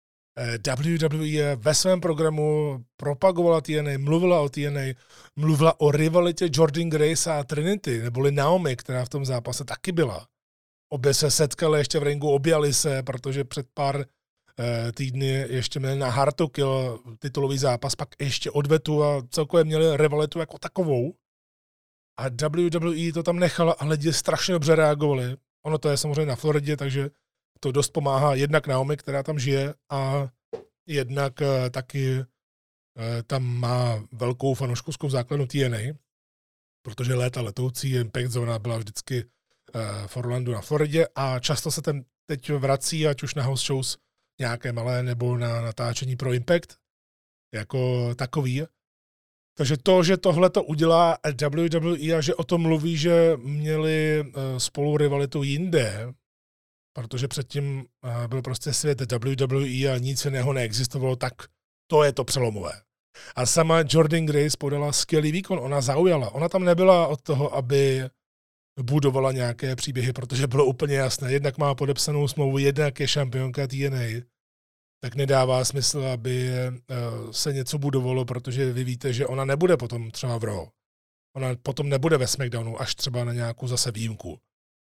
WWE ve svém programu propagovala TNA, mluvila o TNA, mluvila o rivalitě Jordynne Grace a Trinity, neboli Naomi, která v tom zápase taky byla. Obě se setkaly ještě v ringu, objali se, protože před pár týdny ještě měli na Hard to Kill titulový zápas, pak ještě odvetu a celkově měli rivalitu jako takovou. A WWE to tam nechala a lidi strašně dobře reagovali. Ono to je samozřejmě na Floridě, takže to dost pomáhá jednak Naomi, která tam žije, a jednak taky tam má velkou fanouškovskou základnu TNA, protože léta letoucí Impact Zóna byla vždycky v Orlandu na Floridě a často se tam teď vrací, ať už na house shows nějaké malé nebo na natáčení pro Impact jako takový. Takže to, že tohle to udělá WWE a že o tom mluví, že měli spolu rivalitu jinde, protože předtím byl prostě svět WWE a nic jiného neexistovalo, tak to je to přelomové. A sama Jordynne Grace podala skvělý výkon, ona zaujala. Ona tam nebyla od toho, aby budovala nějaké příběhy, protože bylo úplně jasné, jednak má podepsanou smlouvu, jednak je šampionka TNA, tak nedává smysl, aby se něco budovalo, protože vy víte, že ona nebude potom třeba v Raw. Ona potom nebude ve SmackDownu, až třeba na nějakou zase výjimku.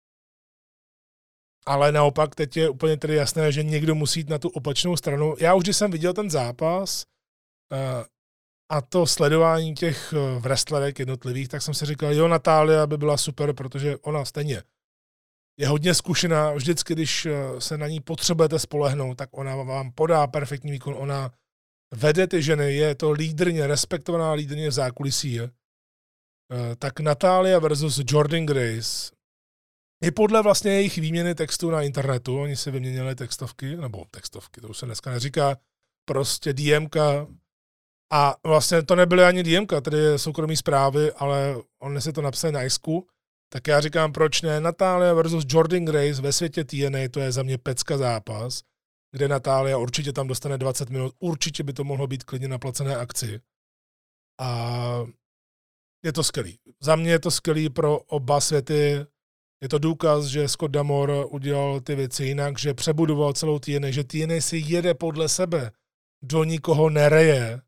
Ale naopak teď je úplně tedy jasné, že někdo musí jít na tu opačnou stranu. Já už když jsem viděl ten zápas a to sledování těch wrestlerek jednotlivých, tak jsem si říkal, jo, Natália by byla super, protože ona stejně je hodně zkušená. Vždycky, když se na ní potřebujete spolehnout, tak ona vám podá perfektní výkon. Ona vede ty ženy, je to lídrně, respektovaná lídrně v zákulisí. Tak Natália versus Jordynne Grace i podle vlastně jejich výměny textů na internetu, oni si vyměnili textovky, to už se dneska neříká, prostě DMka, a vlastně to nebyly ani DMka, tedy soukromí zprávy, ale oni si to napsali na Isku, tak já říkám, proč ne, Natália versus Jordynne Grace ve světě TNA, to je za mě pecka zápas, kde Natália určitě tam dostane 20 minut, určitě by to mohlo být klidně na placené akci. A je to skvělý. Za mě je to skvělý pro oba světy. Je to důkaz, že Scott D'Amore udělal ty věci jinak, že přebudoval celou TNA, že TNA si jede podle sebe, do nikoho nereje.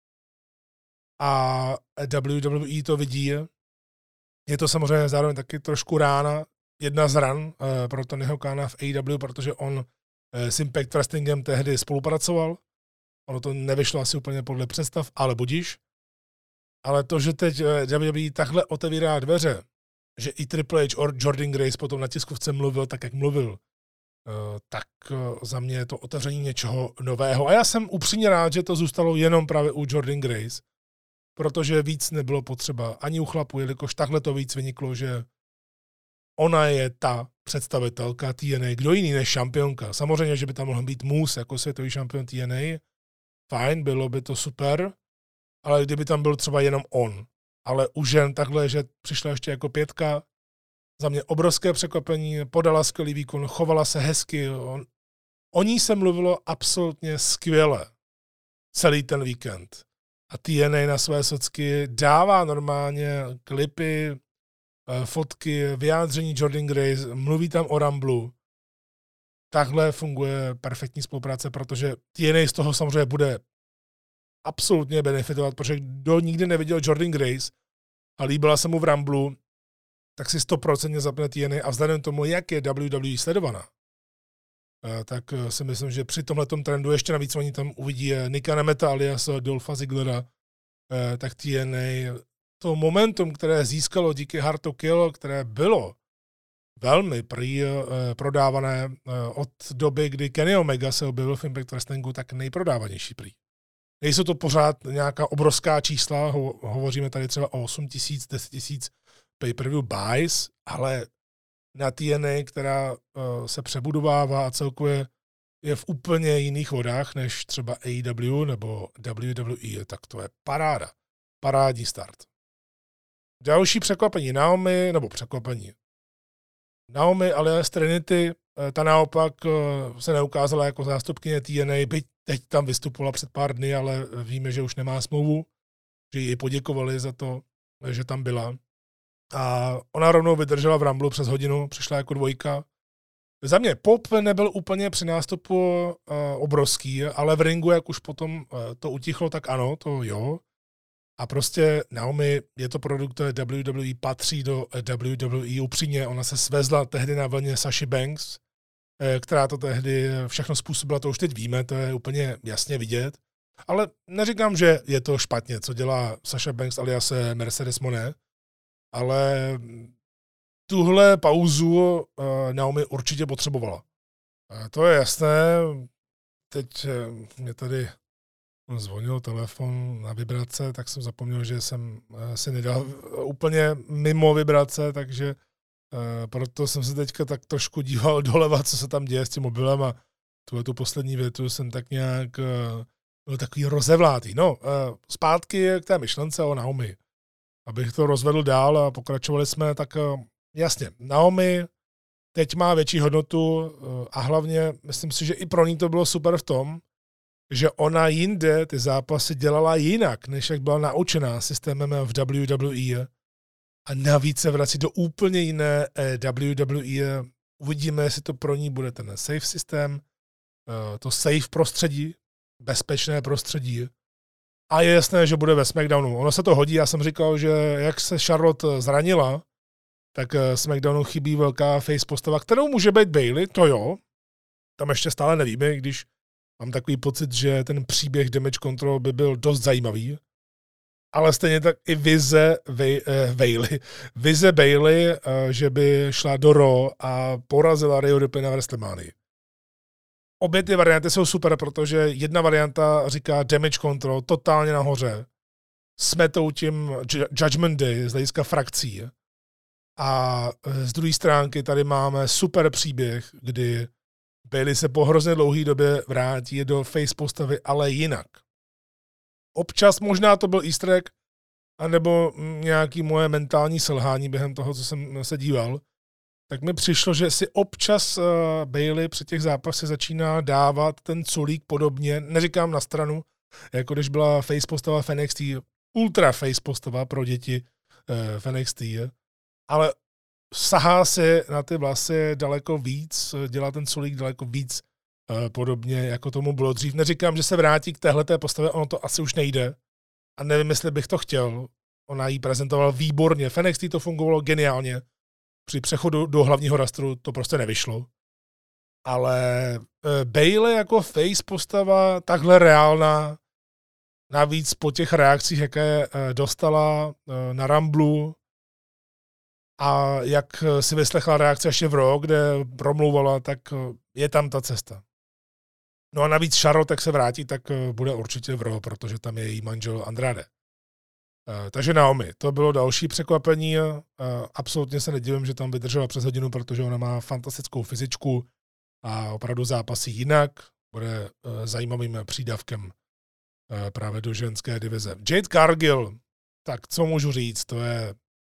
A WWE to vidí. Je to samozřejmě zároveň taky trošku rána, jedna z ran pro Tonyho Khana v AEW, protože on s Impact Wrestlingem tehdy spolupracoval. Ono to nevyšlo asi úplně podle představ, ale budíš. Ale to, že teď WWE takhle otevírá dveře, že i Triple H o Jordynne Grace potom na tiskovce mluvil tak, jak mluvil, tak za mě je to otevření něčeho nového. A já jsem upřímně rád, že to zůstalo jenom právě u Jordynne Grace, protože víc nebylo potřeba ani u chlapů, jelikož takhle to víc vyniklo, že ona je ta představitelka TNA, kdo jiný než šampionka. Samozřejmě, že by tam mohl být Moose jako světový šampion TNA, fajn, bylo by to super, ale kdyby tam byl třeba jenom on. Ale u žen takhle, že přišla ještě jako 5, za mě obrovské překvapení, podala skvělý výkon, chovala se hezky. O ní se mluvilo absolutně skvěle celý ten víkend. A TNA na své socky dává normálně klipy, fotky, vyjádření Jordynne Grace, mluví tam o Rumblu. Takhle funguje perfektní spolupráce, protože TNA z toho samozřejmě bude absolutně benefitovat, protože kdo nikdy neviděl Jordynne Grace a líbila se mu v Rumblu, tak si 100% zapne TNA a vzhledem tomu, jak je WWE sledovaná, tak si myslím, že při tomhletom trendu ještě navíc oni tam uvidí Nicka Nemeta alias Dolpha Zigglera, tak TNA to momentum, které získalo díky Hard to Kill, které bylo velmi prodávané od doby, kdy Kenny Omega se objevil v Impact Wrestlingu, tak nejprodávanější prý. Nejsou to pořád nějaká obrovská čísla, hovoříme tady třeba o 8 000, 10 000 pay-per-view buys, ale na TNA, která se přebudovává a celkově je v úplně jiných vodách než třeba AEW nebo WWE, tak to je paráda. Parádní start. Další překvapení Naomi alias Trinity, ta naopak se neukázala jako zástupkyně TNA, byť teď tam vystupovala před pár dny, ale víme, že už nemá smlouvu, že jí poděkovali za to, že tam byla. A ona rovnou vydržela v Rumblu přes hodinu, přišla jako dvojka. Za mě Pop nebyl úplně při nástupu obrovský, ale v ringu, jak už potom to utichlo, tak ano, to jo. A prostě Naomi je to produkt WWE, patří do WWE upřímně. Ona se svezla tehdy na vlně Sasha Banks, která to tehdy všechno způsobila, to už teď víme, to je úplně jasně vidět. Ale neříkám, že je to špatně, co dělá Sasha Banks alias Mercedes Moné, ale tuhle pauzu Naomi určitě potřebovala. To je jasné. Teď mě tady zvonil telefon na vibrace, tak jsem zapomněl, že jsem si nedal úplně mimo vibrace, takže proto jsem se teďka tak trošku díval doleva, co se tam děje s tím mobilem a tu poslední větu jsem tak nějak byl takový rozevlátý. No, zpátky k té myšlence o Naomi. Abych to rozvedl dál a pokračovali jsme, tak jasně, Naomi teď má větší hodnotu a hlavně myslím si, že i pro ní to bylo super v tom, že ona jinde ty zápasy dělala jinak, než jak byla naučená systémem v WWE a navíc se vrací do úplně jiné WWE. Uvidíme, jestli to pro ní bude ten safe systém, to safe prostředí, bezpečné prostředí. A je jasné, že bude ve SmackDownu. Ono se to hodí, já jsem říkal, že jak se Charlotte zranila, tak SmackDownu chybí velká face postava, kterou může být Bayley, to jo. Tam ještě stále nevíme, když mám takový pocit, že ten příběh Damage Control by byl dost zajímavý. Ale stejně tak i vize Bayley, že by šla do Raw a porazila Rhea Ripley na WrestleManii. Obě ty varianty jsou super, protože jedna varianta říká Damage Control totálně nahoře. Smetou tím Judgment Day z hlediska frakcí. A z druhé stránky tady máme super příběh, kdy Bayley se po hrozně dlouhé době vrátí do face postavy, ale jinak. Občas možná to byl easter egg, anebo nějaký moje mentální selhání během toho, co jsem se díval, tak mi přišlo, že si občas Bayley při těch zápasech začíná dávat ten culík podobně, neříkám na stranu, jako když byla face postava v NXT, ultra face postava pro děti v NXT, ale sahá si na ty vlasy daleko víc, dělá ten culík daleko víc podobně, jako tomu bylo dřív. Neříkám, že se vrátí k téhleté postavě, ono to asi už nejde a nevím, jestli bych to chtěl. Ona ji prezentovala výborně, v NXT to fungovalo geniálně, při přechodu do hlavního rastru to prostě nevyšlo. Ale Bayley jako face postava, takhle reálná, navíc po těch reakcích, jaké dostala na Rumblu a jak si vyslechla reakce ještě v Raw, kde promlouvala, tak je tam ta cesta. No a navíc Charlotte, jak se vrátí, tak bude určitě v Raw, protože tam je její manžel Andrade. Takže Naomi, to bylo další překvapení. Absolutně se nedivím, že tam vydržela přes hodinu, protože ona má fantastickou fyzičku a opravdu zápasí jinak. Bude zajímavým přídavkem právě do ženské divize. Jade Cargill, tak co můžu říct, to je...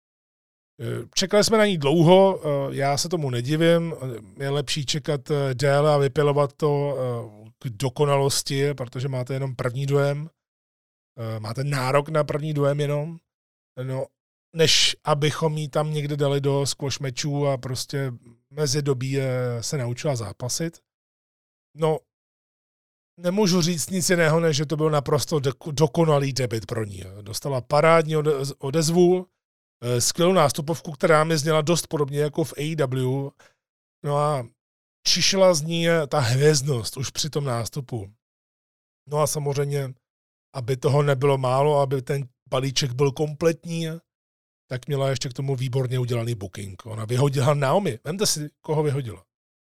Čekali jsme na ní dlouho, já se tomu nedivím, je lepší čekat déle a vypilovat to k dokonalosti, protože máte jenom první dojem, máte nárok na první dojem jenom, no, než abychom jí tam někde dali do squash mečů a prostě mezi dobí se naučila zápasit. No, nemůžu říct nic jiného, než že to byl naprosto dokonalý debut pro ní. Dostala parádní odezvu, skvělou nástupovku, která mi zněla dost podobně jako v AEW. No a čišela z ní ta hvězdnost už při tom nástupu. No a samozřejmě, aby toho nebylo málo, aby ten balíček byl kompletní, tak měla ještě k tomu výborně udělaný booking. Ona vyhodila Naomi. Vemte si, koho vyhodila.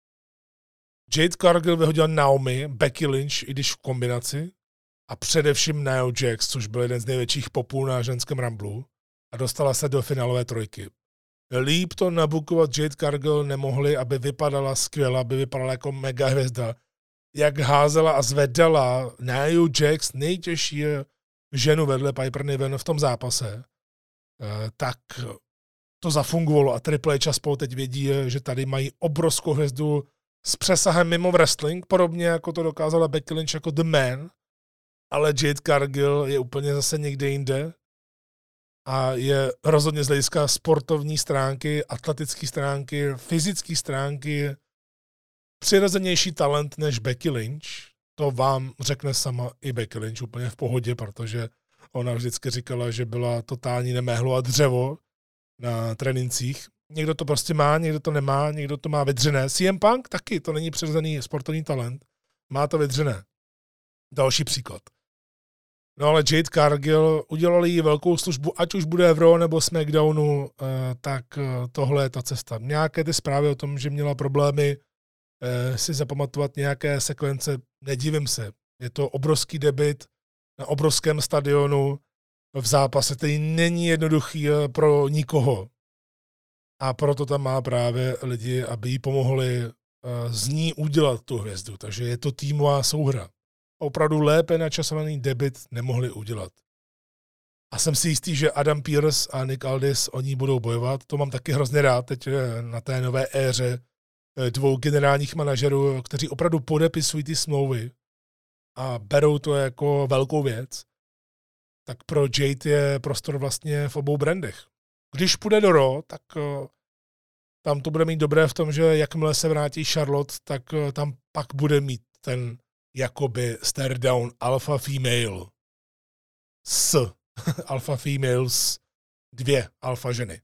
Jade Cargill vyhodila Naomi, Becky Lynch, i když v kombinaci, a především Nia Jax, což byl jeden z největších popů na ženském Rumblu, a dostala se do finálové trojky. Líp to nabukovat Jade Cargill nemohli, aby vypadala skvěle, aby vypadala jako mega hvězda. Jak házela a zvedala Nia Jax, nejtěžší ženu vedle Piper Niven v tom zápase, tak to zafungovalo a Triple H a spolu teď vědí, že tady mají obrovskou hvězdu s přesahem mimo wrestling, podobně jako to dokázala Becky Lynch jako The Man, ale Jade Cargill je úplně zase někde jinde a je rozhodně z hlediska sportovní stránky, atletické stránky, fyzické stránky přirozenější talent než Becky Lynch. To vám řekne sama i Becky Lynch úplně v pohodě, protože ona vždycky říkala, že byla totální neméhlo a dřevo na trénincích. Někdo to prostě má, někdo to nemá, někdo to má vydřené. CM Punk taky, to není přirozený sportovní talent. Má to vydřené. Další příklad. No ale Jade Cargill udělali jí velkou službu, ať už bude v Raw nebo SmackDownu, tak tohle je ta cesta. Nějaké ty zprávy o tom, že měla problémy si zapamatovat nějaké sekvence, nedivím se. Je to obrovský debut na obrovském stadionu v zápase, který není jednoduchý pro nikoho. A proto tam má právě lidi, aby jí pomohli z ní udělat tu hvězdu. Takže je to týmová souhra. Opravdu lépe načasovaný debut nemohli udělat. A jsem si jistý, že Adam Pearce a Nick Aldis o ní budou bojovat. To mám taky hrozně rád teď na té nové éře dvou generálních manažerů, kteří opravdu podepisují ty smlouvy a berou to jako velkou věc. Tak pro Jade je prostor vlastně v obou brandech. Když půjde do Raw, tak tam to bude mít dobré v tom, že jakmile se vrátí Charlotte, tak tam pak bude mít ten jakoby stare down alpha female s alpha females 2 alpha ženy.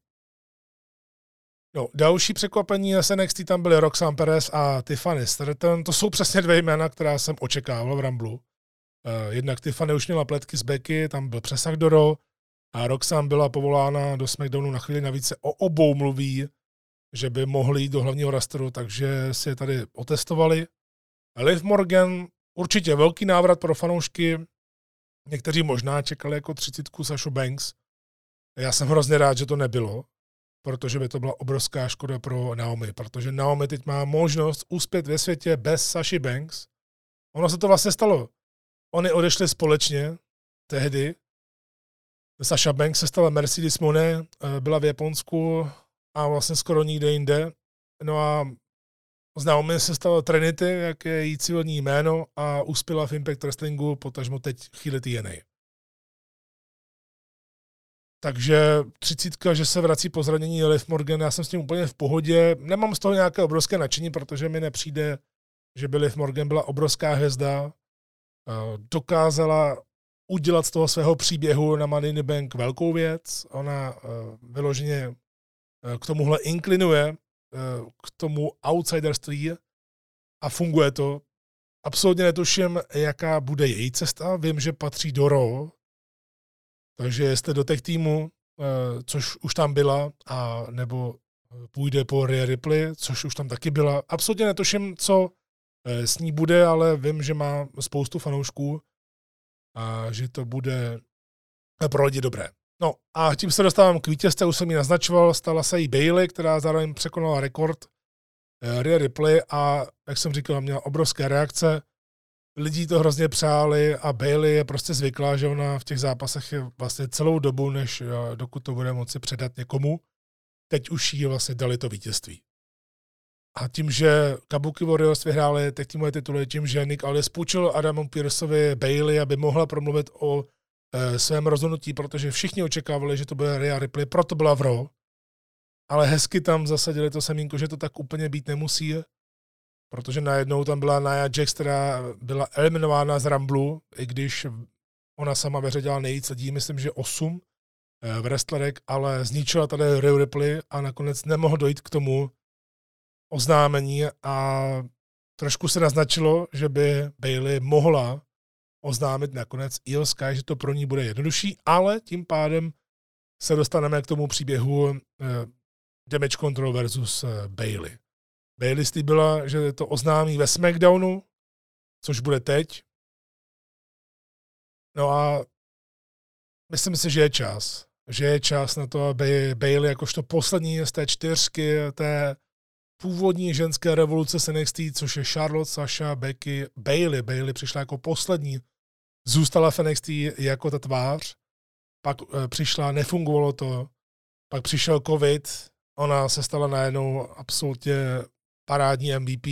No, další překvapení z NXT tam byly Roxanne Perez a Tiffany Stratton. To jsou přesně dvě jména, která jsem očekával v Rumblu. Jednak Tiffany už měla pletky z Becky, tam byl přesah do Raw a Roxanne byla povolána do SmackDownu na chvíli, navíc se o obou mluví, že by mohli jít do hlavního rosteru, takže si je tady otestovali. Liv Morgan, určitě velký návrat pro fanoušky. Někteří možná čekali jako 30 Sasha Banks. Já jsem hrozně rád, že to nebylo, protože by to byla obrovská škoda pro Naomi, protože Naomi teď má možnost uspět ve světě bez Sashy Banks. Ono se to vlastně stalo. Oni odešli společně tehdy. Sasha Banks se stala Mercedes Moné, byla v Japonsku a vlastně skoro nikde jinde. No a z Naomi se stala Trinity, jak je její civilní jméno, a uspěla v Impact Wrestlingu, potažmo teď chvíli TNA. Takže 30, že se vrací po zranění Liv Morgan, já jsem s tím úplně v pohodě. Nemám z toho nějaké obrovské nadšení, protože mi nepřijde, že by Liv Morgan byla obrovská hvězda. Dokázala udělat z toho svého příběhu na Money in the Bank velkou věc. Ona vyloženě k tomuhle inklinuje, k tomu outsiderství a funguje to. Absolutně netuším, jaká bude její cesta. Vím, že patří do Raw, takže jestli do těch týmu, což už tam byla, a nebo půjde po Rhea Ripley, což už tam taky byla. Absolutně netuším, co s ní bude, ale vím, že má spoustu fanoušků a že to bude pro lidi dobré. No a tím se dostávám k vítězce, už jsem ji naznačoval, stala se jí Bayley, která zároveň překonala rekord Rhea Ripley a, jak jsem říkal, měla obrovské reakce. Lidi to hrozně přáli a Bayley je prostě zvyklá, že ona v těch zápasech je vlastně celou dobu, než dokud to bude moci předat někomu. Teď už jí vlastně dali to vítězství. A tím, že Kabuki Warriors vyhráli teď týmové tituly, tím, že Nick Aldis půjčil Adamu Pearceovi Bayley, aby mohla promluvit o svém rozhodnutí, protože všichni očekávali, že to bude Rhea Ripley, proto byla v Raw. Ale hezky tam zasadili to semínko, že to tak úplně být nemusí, protože najednou tam byla Nia Jax, která byla eliminována z Rumblu, i když ona sama vyřadila nejvíc lidí, myslím, že 8 wrestlerek, ale zničila tady Rhea Ripley a nakonec nemohl dojít k tomu oznámení a trošku se naznačilo, že by Bayley mohla oznámit nakonec Io Sky, že to pro ní bude jednodušší, ale tím pádem se dostaneme k tomu příběhu Damage Control versus Bayley. Bayley slíbila, že to oznámí ve SmackDownu, což bude teď. No a myslím si, že je čas. Že je čas na to, aby Bayley jakožto poslední z té 4 té původní ženské revoluce z NXT, což je Charlotte, Sasha, Becky, Bayley. Bayley přišla jako poslední, zůstala v NXT jako ta tvář, pak přišla, nefungovalo to, pak přišel covid, ona se stala najednou absolutně parádní MVP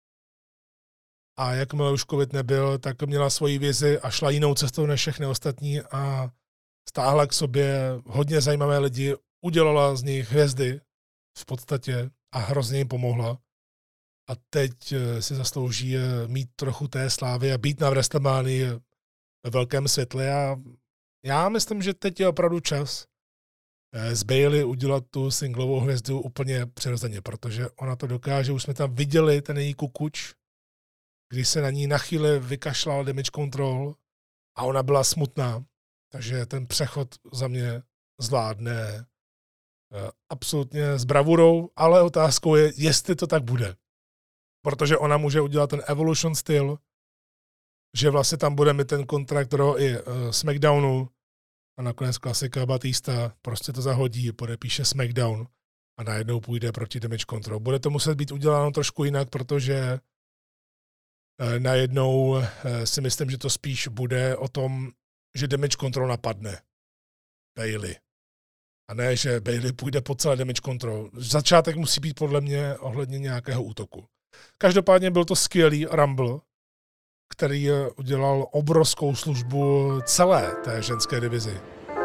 a jakmile už covid nebyl, tak měla svoji vizi a šla jinou cestou než všechny ostatní a stáhla k sobě hodně zajímavé lidi, udělala z nich hvězdy v podstatě a hrozně jim pomohla. A teď si zaslouží mít trochu té slávy a být na WrestleManii ve velkém světle. A já myslím, že teď je opravdu čas z Bayley udělat tu singlovou hvězdu úplně přirozeně, protože ona to dokáže. Už jsme tam viděli ten její kukuč, když se na ní na chvíli vykašlal Damage Control a ona byla smutná. Takže ten přechod za mě zvládne absolutně s bravurou, ale otázkou je, jestli to tak bude. Protože ona může udělat ten Evolution styl, že vlastně tam bude mít ten kontrakt Raw i SmackDownu a nakonec klasika Batista prostě to zahodí, podepíše SmackDown a najednou půjde proti Damage Control. Bude to muset být uděláno trošku jinak, protože najednou si myslím, že to spíš bude o tom, že Damage Control napadne Bayley. A ne, že Bayley půjde po celé Damage Control. Začátek musí být podle mě ohledně nějakého útoku. Každopádně byl to skvělý Rumble, který udělal obrovskou službu celé té ženské divizi.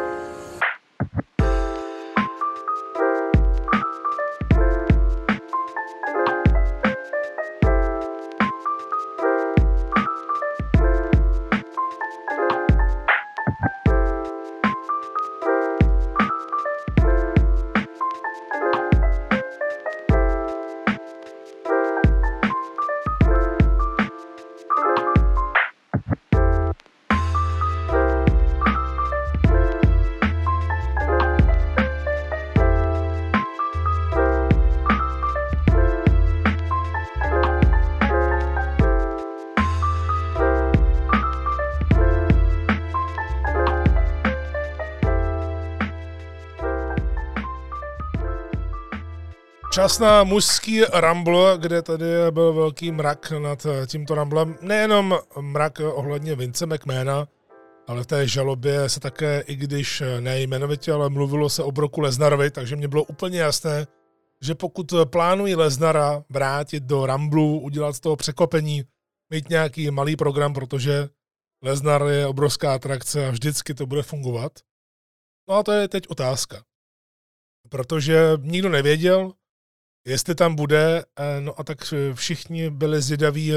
Čas na mužský Rumble, kde tady byl velký mrak nad tímto Rumblem. Nejenom mrak ohledně Vince McMahona, ale v té žalobě se také, i když nejmenovitě, ale mluvilo se o Brocku Lesnarovi, takže mě bylo úplně jasné, že pokud plánují Lesnara vrátit do Rumbleu, udělat z toho překvapení, mít nějaký malý program, protože Lesnar je obrovská atrakce a vždycky to bude fungovat. No a to je teď otázka. Protože nikdo nevěděl, jestli tam bude, no a tak všichni byli zvědaví,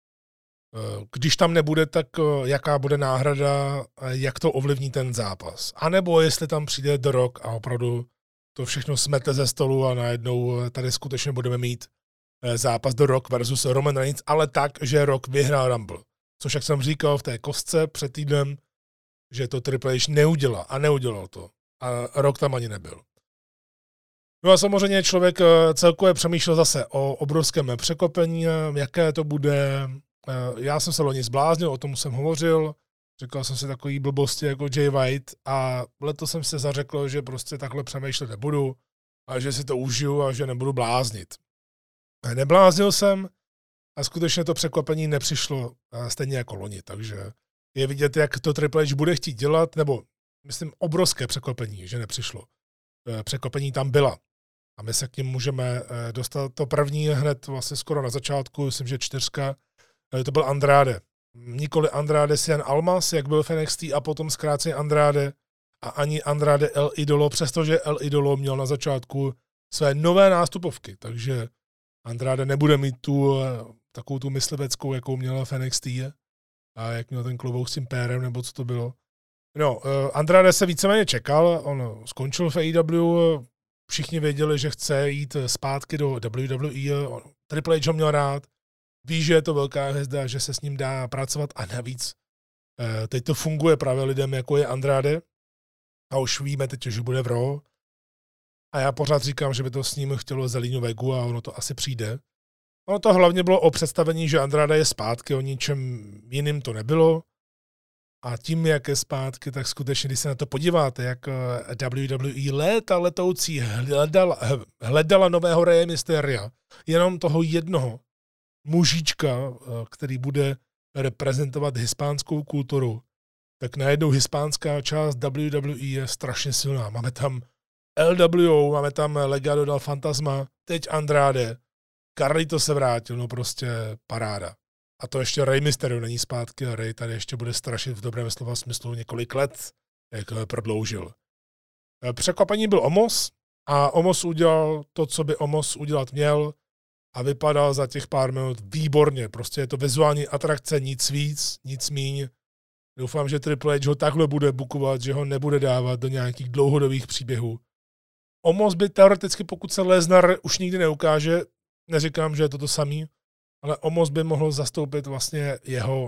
když tam nebude, tak jaká bude náhrada, jak to ovlivní ten zápas. A nebo jestli tam přijde The Rock a opravdu to všechno smete ze stolu a najednou tady skutečně budeme mít zápas The Rock versus Roman Reigns, ale tak, že Rock vyhrál Rumble. Což, jak jsem říkal v té kostce před týdnem, že to Triple H neudělal a neudělal to. A Rock tam ani nebyl. No a samozřejmě člověk celkově přemýšlel zase o obrovském překvapení, jaké to bude. Já jsem se loni zbláznil, o tom jsem hovořil, říkal jsem si takový blbosti jako Jay White a letos jsem se zařekl, že prostě takhle přemýšlet nebudu a že si to užiju a že nebudu bláznit. Nebláznil jsem a skutečně to překvapení nepřišlo stejně jako loni, takže je vidět, jak to Triple H bude chtít dělat, nebo myslím obrovské překvapení, že nepřišlo. Překvapení tam byla. A my se k ním můžeme dostat. To první hned vlastně skoro na začátku, myslím, že 4, to byl Andrade. Nikoli Andrade Cien Almas, jak byl v NXT, a potom zkráceně Andrade a ani Andrade El Idolo, přestože El Idolo měl na začátku své nové nástupovky, takže Andrade nebude mít takovou tu mysliveckou, jakou měla v NXT a jak měl ten klobouk s tím pérem, nebo co to bylo. No, Andrade se víceméně čekal, on skončil v AEW, všichni věděli, že chce jít zpátky do WWE, Triple H ho měl rád, ví, že je to velká hvězda, že se s ním dá pracovat a navíc teď to funguje právě lidem, jako je Andrade a už víme teď, že bude v Raw. A já pořád říkám, že by to s ním chtělo Zelinu Vegu a ono to asi přijde. Ono to hlavně bylo o představení, že Andrade je zpátky, o ničem jiným to nebylo. A tím, jak je zpátky, tak skutečně, když se na to podíváte, jak WWE léta letoucí hledala nového Reje Mysteria, jenom toho jednoho mužička, který bude reprezentovat hispánskou kulturu, tak najednou hispánská část WWE je strašně silná. Máme tam LWO, máme tam Legado del Fantasma, teď Andrade, Carlito se vrátil, no prostě paráda. A to ještě Rey Mysterio není zpátky a Rey tady ještě bude strašit v dobrém slova smyslu několik let, jak prodloužil. Překvapení byl Omos a Omos udělal to, co by Omos udělat měl a vypadal za těch pár minut výborně. Prostě je to vizuální atrakce, nic víc, nic míň. Doufám, že Triple H ho takhle bude bukovat, že ho nebude dávat do nějakých dlouhodobých příběhů. Omos by teoreticky, pokud se Lesnar už nikdy neukáže, neříkám, že je to samý, ale Omos by mohl zastoupit vlastně jeho,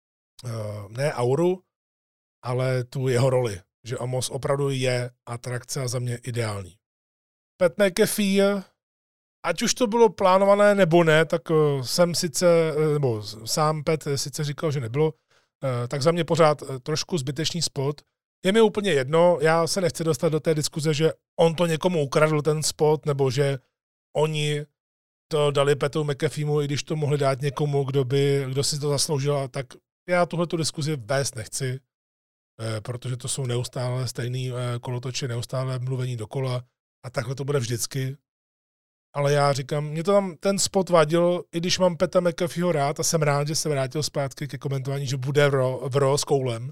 ne auru, ale tu jeho roli. Že Omos opravdu je atrakce a za mě ideální. Pat McAfee, ať už to bylo plánované nebo ne, tak jsem sice, nebo sám Pat sice říkal, že nebylo, tak za mě pořád trošku zbytečný spot. Je mi úplně jedno, já se nechci dostat do té diskuze, že on to někomu ukradl ten spot, nebo že oni to dali Patu McAfeemu, i když to mohli dát někomu, kdo si to zasloužil, tak já tuhletu diskuzi vést nechci, protože to jsou neustále stejný kolotoče, neustále mluvení dokola a takhle to bude vždycky. Ale já říkám, mě to tam ten spot vadil, i když mám Peta McAfeeho rád a jsem rád, že se vrátil zpátky ke komentování, že bude v Raw s Coulem,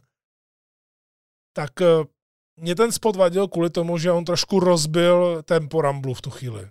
tak mě ten spot vadil kvůli tomu, že on trošku rozbil tempo Rumble v tu chvíli.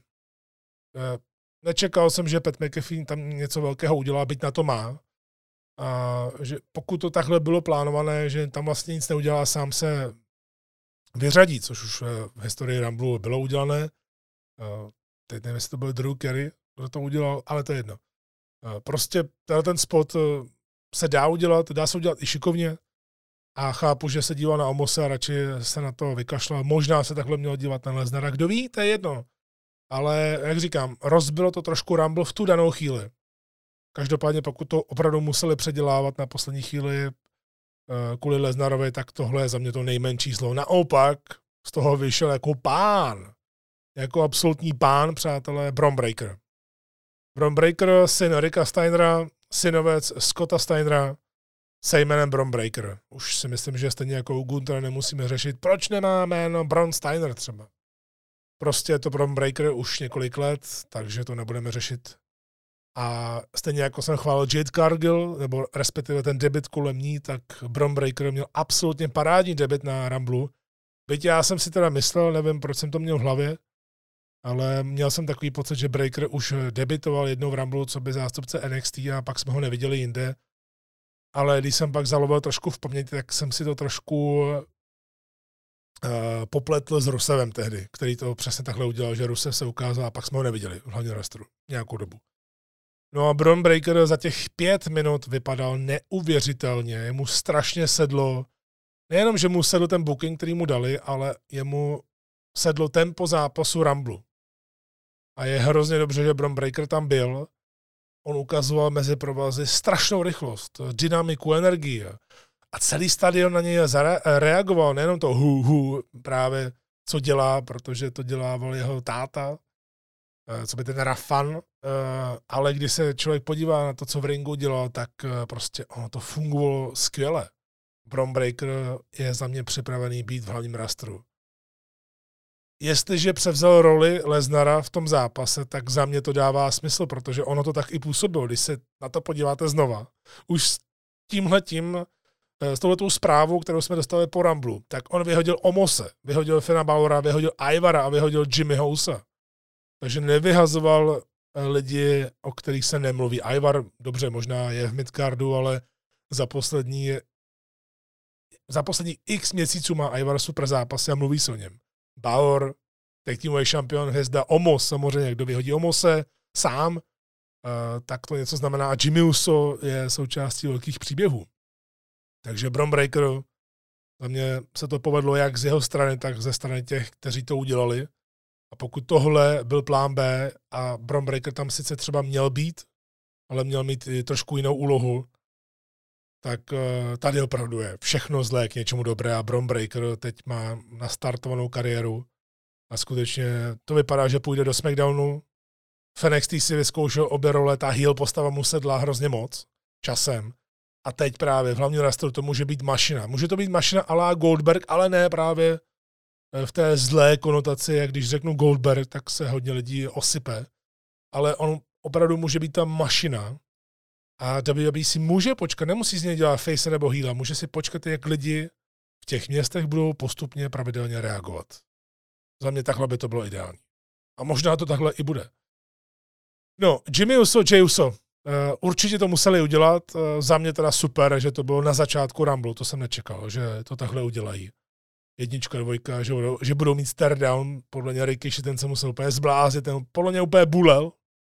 Nečekal jsem, že Pat McAfee tam něco velkého udělá, byť na to má. A že pokud to takhle bylo plánované, že tam vlastně nic neudělá, sám se vyřadí, což už v historii Rumble bylo udělané. Teď nevím, jestli to byl Drew Carey, kdo to udělal, ale to je jedno. Prostě ten spot se dá udělat, dá se udělat i šikovně a chápu, že se díval na Omose a radši se na to vykašlal. Možná se takhle měl dívat na Lesnara, kdo ví, to je jedno. Ale, jak říkám, rozbilo to trošku Rumble v tu danou chvíli. Každopádně, pokud to opravdu museli předělávat na poslední chvíli kvůli Lesnarovi, tak tohle je za mě to nejmenší zlo. Naopak, z toho vyšel jako pán. Jako absolutní pán, přátelé, Bron Breakker. Bron Breakker, syn Ricka Steinera, synovec Scotta Steinera, se jménem Bron Breakker. Už si myslím, že stejně jako u Guntera nemusíme řešit, proč nemá jméno Bron Steiner třeba. Prostě je to Bron Breakker už několik let, takže to nebudeme řešit. A stejně jako jsem chválil Jade Cargill, nebo respektive ten debut kolem ní, tak Bron Breakker měl absolutně parádní debut na Rumble. Byť já jsem si teda myslel, nevím, proč jsem to měl v hlavě, ale měl jsem takový pocit, že Breakker už debutoval jednou v Rumble, co by zástupce NXT a pak jsme ho neviděli jinde. Ale když jsem pak zalovil trošku v paměti, tak jsem si to trošku popletl s Rusevem tehdy, který to přesně takhle udělal, že Rusev se ukázal a pak jsme ho neviděli, hlavně rostru, nějakou dobu. No a Bron Breakker za těch 5 minut vypadal neuvěřitelně, jemu strašně sedlo, nejenom, že mu sedl ten booking, který mu dali, ale jemu sedlo tempo zápasu Rumble. A je hrozně dobře, že Bron Breakker tam byl. On ukazoval mezi provazy strašnou rychlost, dynamiku, energii. A celý stadion na něj reagoval, nejenom to právě, co dělá, protože to dělával jeho táta, co by ten Rafan, ale když se člověk podívá na to, co v ringu dělal, tak prostě ono to fungovalo skvěle. Bron Breakker je za mě připravený být v hlavním rastru. Jestliže převzal roli Lesnara v tom zápase, tak za mě to dává smysl, protože ono to tak i působilo. Když se na to podíváte znova, už s touhletou zprávou, kterou jsme dostali po Rumble, tak on vyhodil Omose, vyhodil Finna Balora, vyhodil Ivara a vyhodil Jimmy House. Takže nevyhazoval lidi, o kterých se nemluví. Ivar, dobře, možná je v midcardu, ale za poslední x měsíců má Ivar super zápasy a mluví se o něm. Balor, tag teamový šampion, hvězda, Omos, samozřejmě, kdo vyhodí Omose sám, tak to něco znamená. A Jimmy Uso je součástí velkých příběhů. Takže Bron Breakker Za mě se to povedlo jak z jeho strany, tak ze strany těch, kteří to udělali. A pokud tohle byl plán B a Bron Breakker tam sice třeba měl být, ale měl mít i trošku jinou úlohu, tak tady opravdu je všechno zlé k něčemu dobré a Bron Breakker teď má nastartovanou kariéru a skutečně to vypadá, že půjde do SmackDownu. V NXT si vyzkoušel obě role, ta heel postava mu sedla hrozně moc časem. A teď právě v hlavním rastru to může být mašina. Může to být mašina à la Goldberg, ale ne právě v té zlé konotaci, jak když řeknu Goldberg, tak se hodně lidí osype. Ale on opravdu může být ta mašina. A WWE si může počkat, nemusí z něj dělat face nebo heela, může si počkat, jak lidi v těch městech budou postupně pravidelně reagovat. Za mě takhle by to bylo ideální. A možná to takhle i bude. No, Jimmy Uso, Jey Uso. Určitě to museli udělat. Za mě teda super, že to bylo na začátku Rumble. To jsem nečekal, že to takhle udělají. 1, 2, že budou mít stare down. Podle mě Rikishi, ten se musel úplně zblázit. Ten podle mě úplně bulel.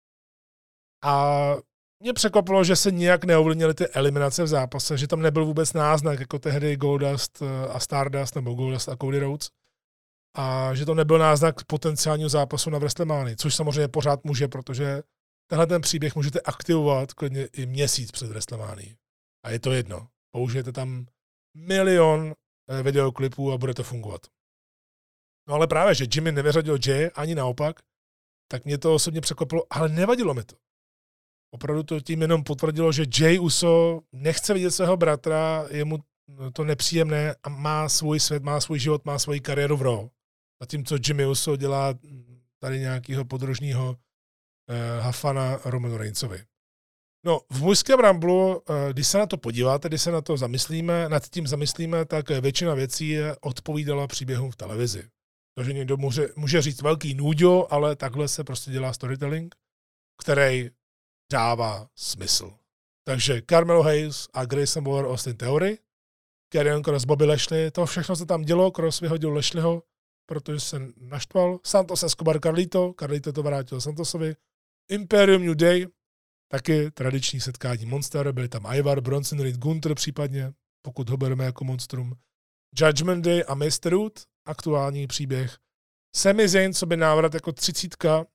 A mě překvapilo, že se nijak neovlivnily ty eliminace v zápase, že tam nebyl vůbec náznak, jako tehdy Goldust a Stardust, nebo Goldust a Cody Rhodes. A že to nebyl náznak potenciálního zápasu na WrestleManii, což samozřejmě pořád může, protože tenhle ten příběh můžete aktivovat klidně i měsíc před WrestleManii. A je to jedno. Použijete tam milion videoklipů a bude to fungovat. No ale právě, že Jimmy nevyřadil Jay, ani naopak, tak mě to osobně překvapilo, ale nevadilo mi to. Opravdu to tím jenom potvrdilo, že Jey Uso nechce vidět svého bratra, je mu to nepříjemné a má svůj svět, má svůj život, má svoji kariéru v Raw. Zatímco Jimmy Uso dělá tady nějakého podružního hafana Romanu Reignsovi. No, v mužském Rumblu, když se na to podíváte, když se na to nad tím zamyslíme, tak většina věcí odpovídala příběhům v televizi. Takže někdo může říct velký núďo, ale takhle se prostě dělá storytelling, který dává smysl. Takže Carmelo Hayes a Grayson Waller Austin Theory, Karrion Kross, Bobby Lashley, to všechno se tam dělo, Kross vyhodil Lashleyho, protože se naštval, Santos Escobar Carlito to vrátil Santosovi, Imperium New Day, taky tradiční setkání Monster, byli tam Ivar, Bronson Reed, Gunther případně, pokud ho bereme jako monstrum, Judgment Day a Mr. Root, aktuální příběh, Sami Zayn, co by návrat jako 30,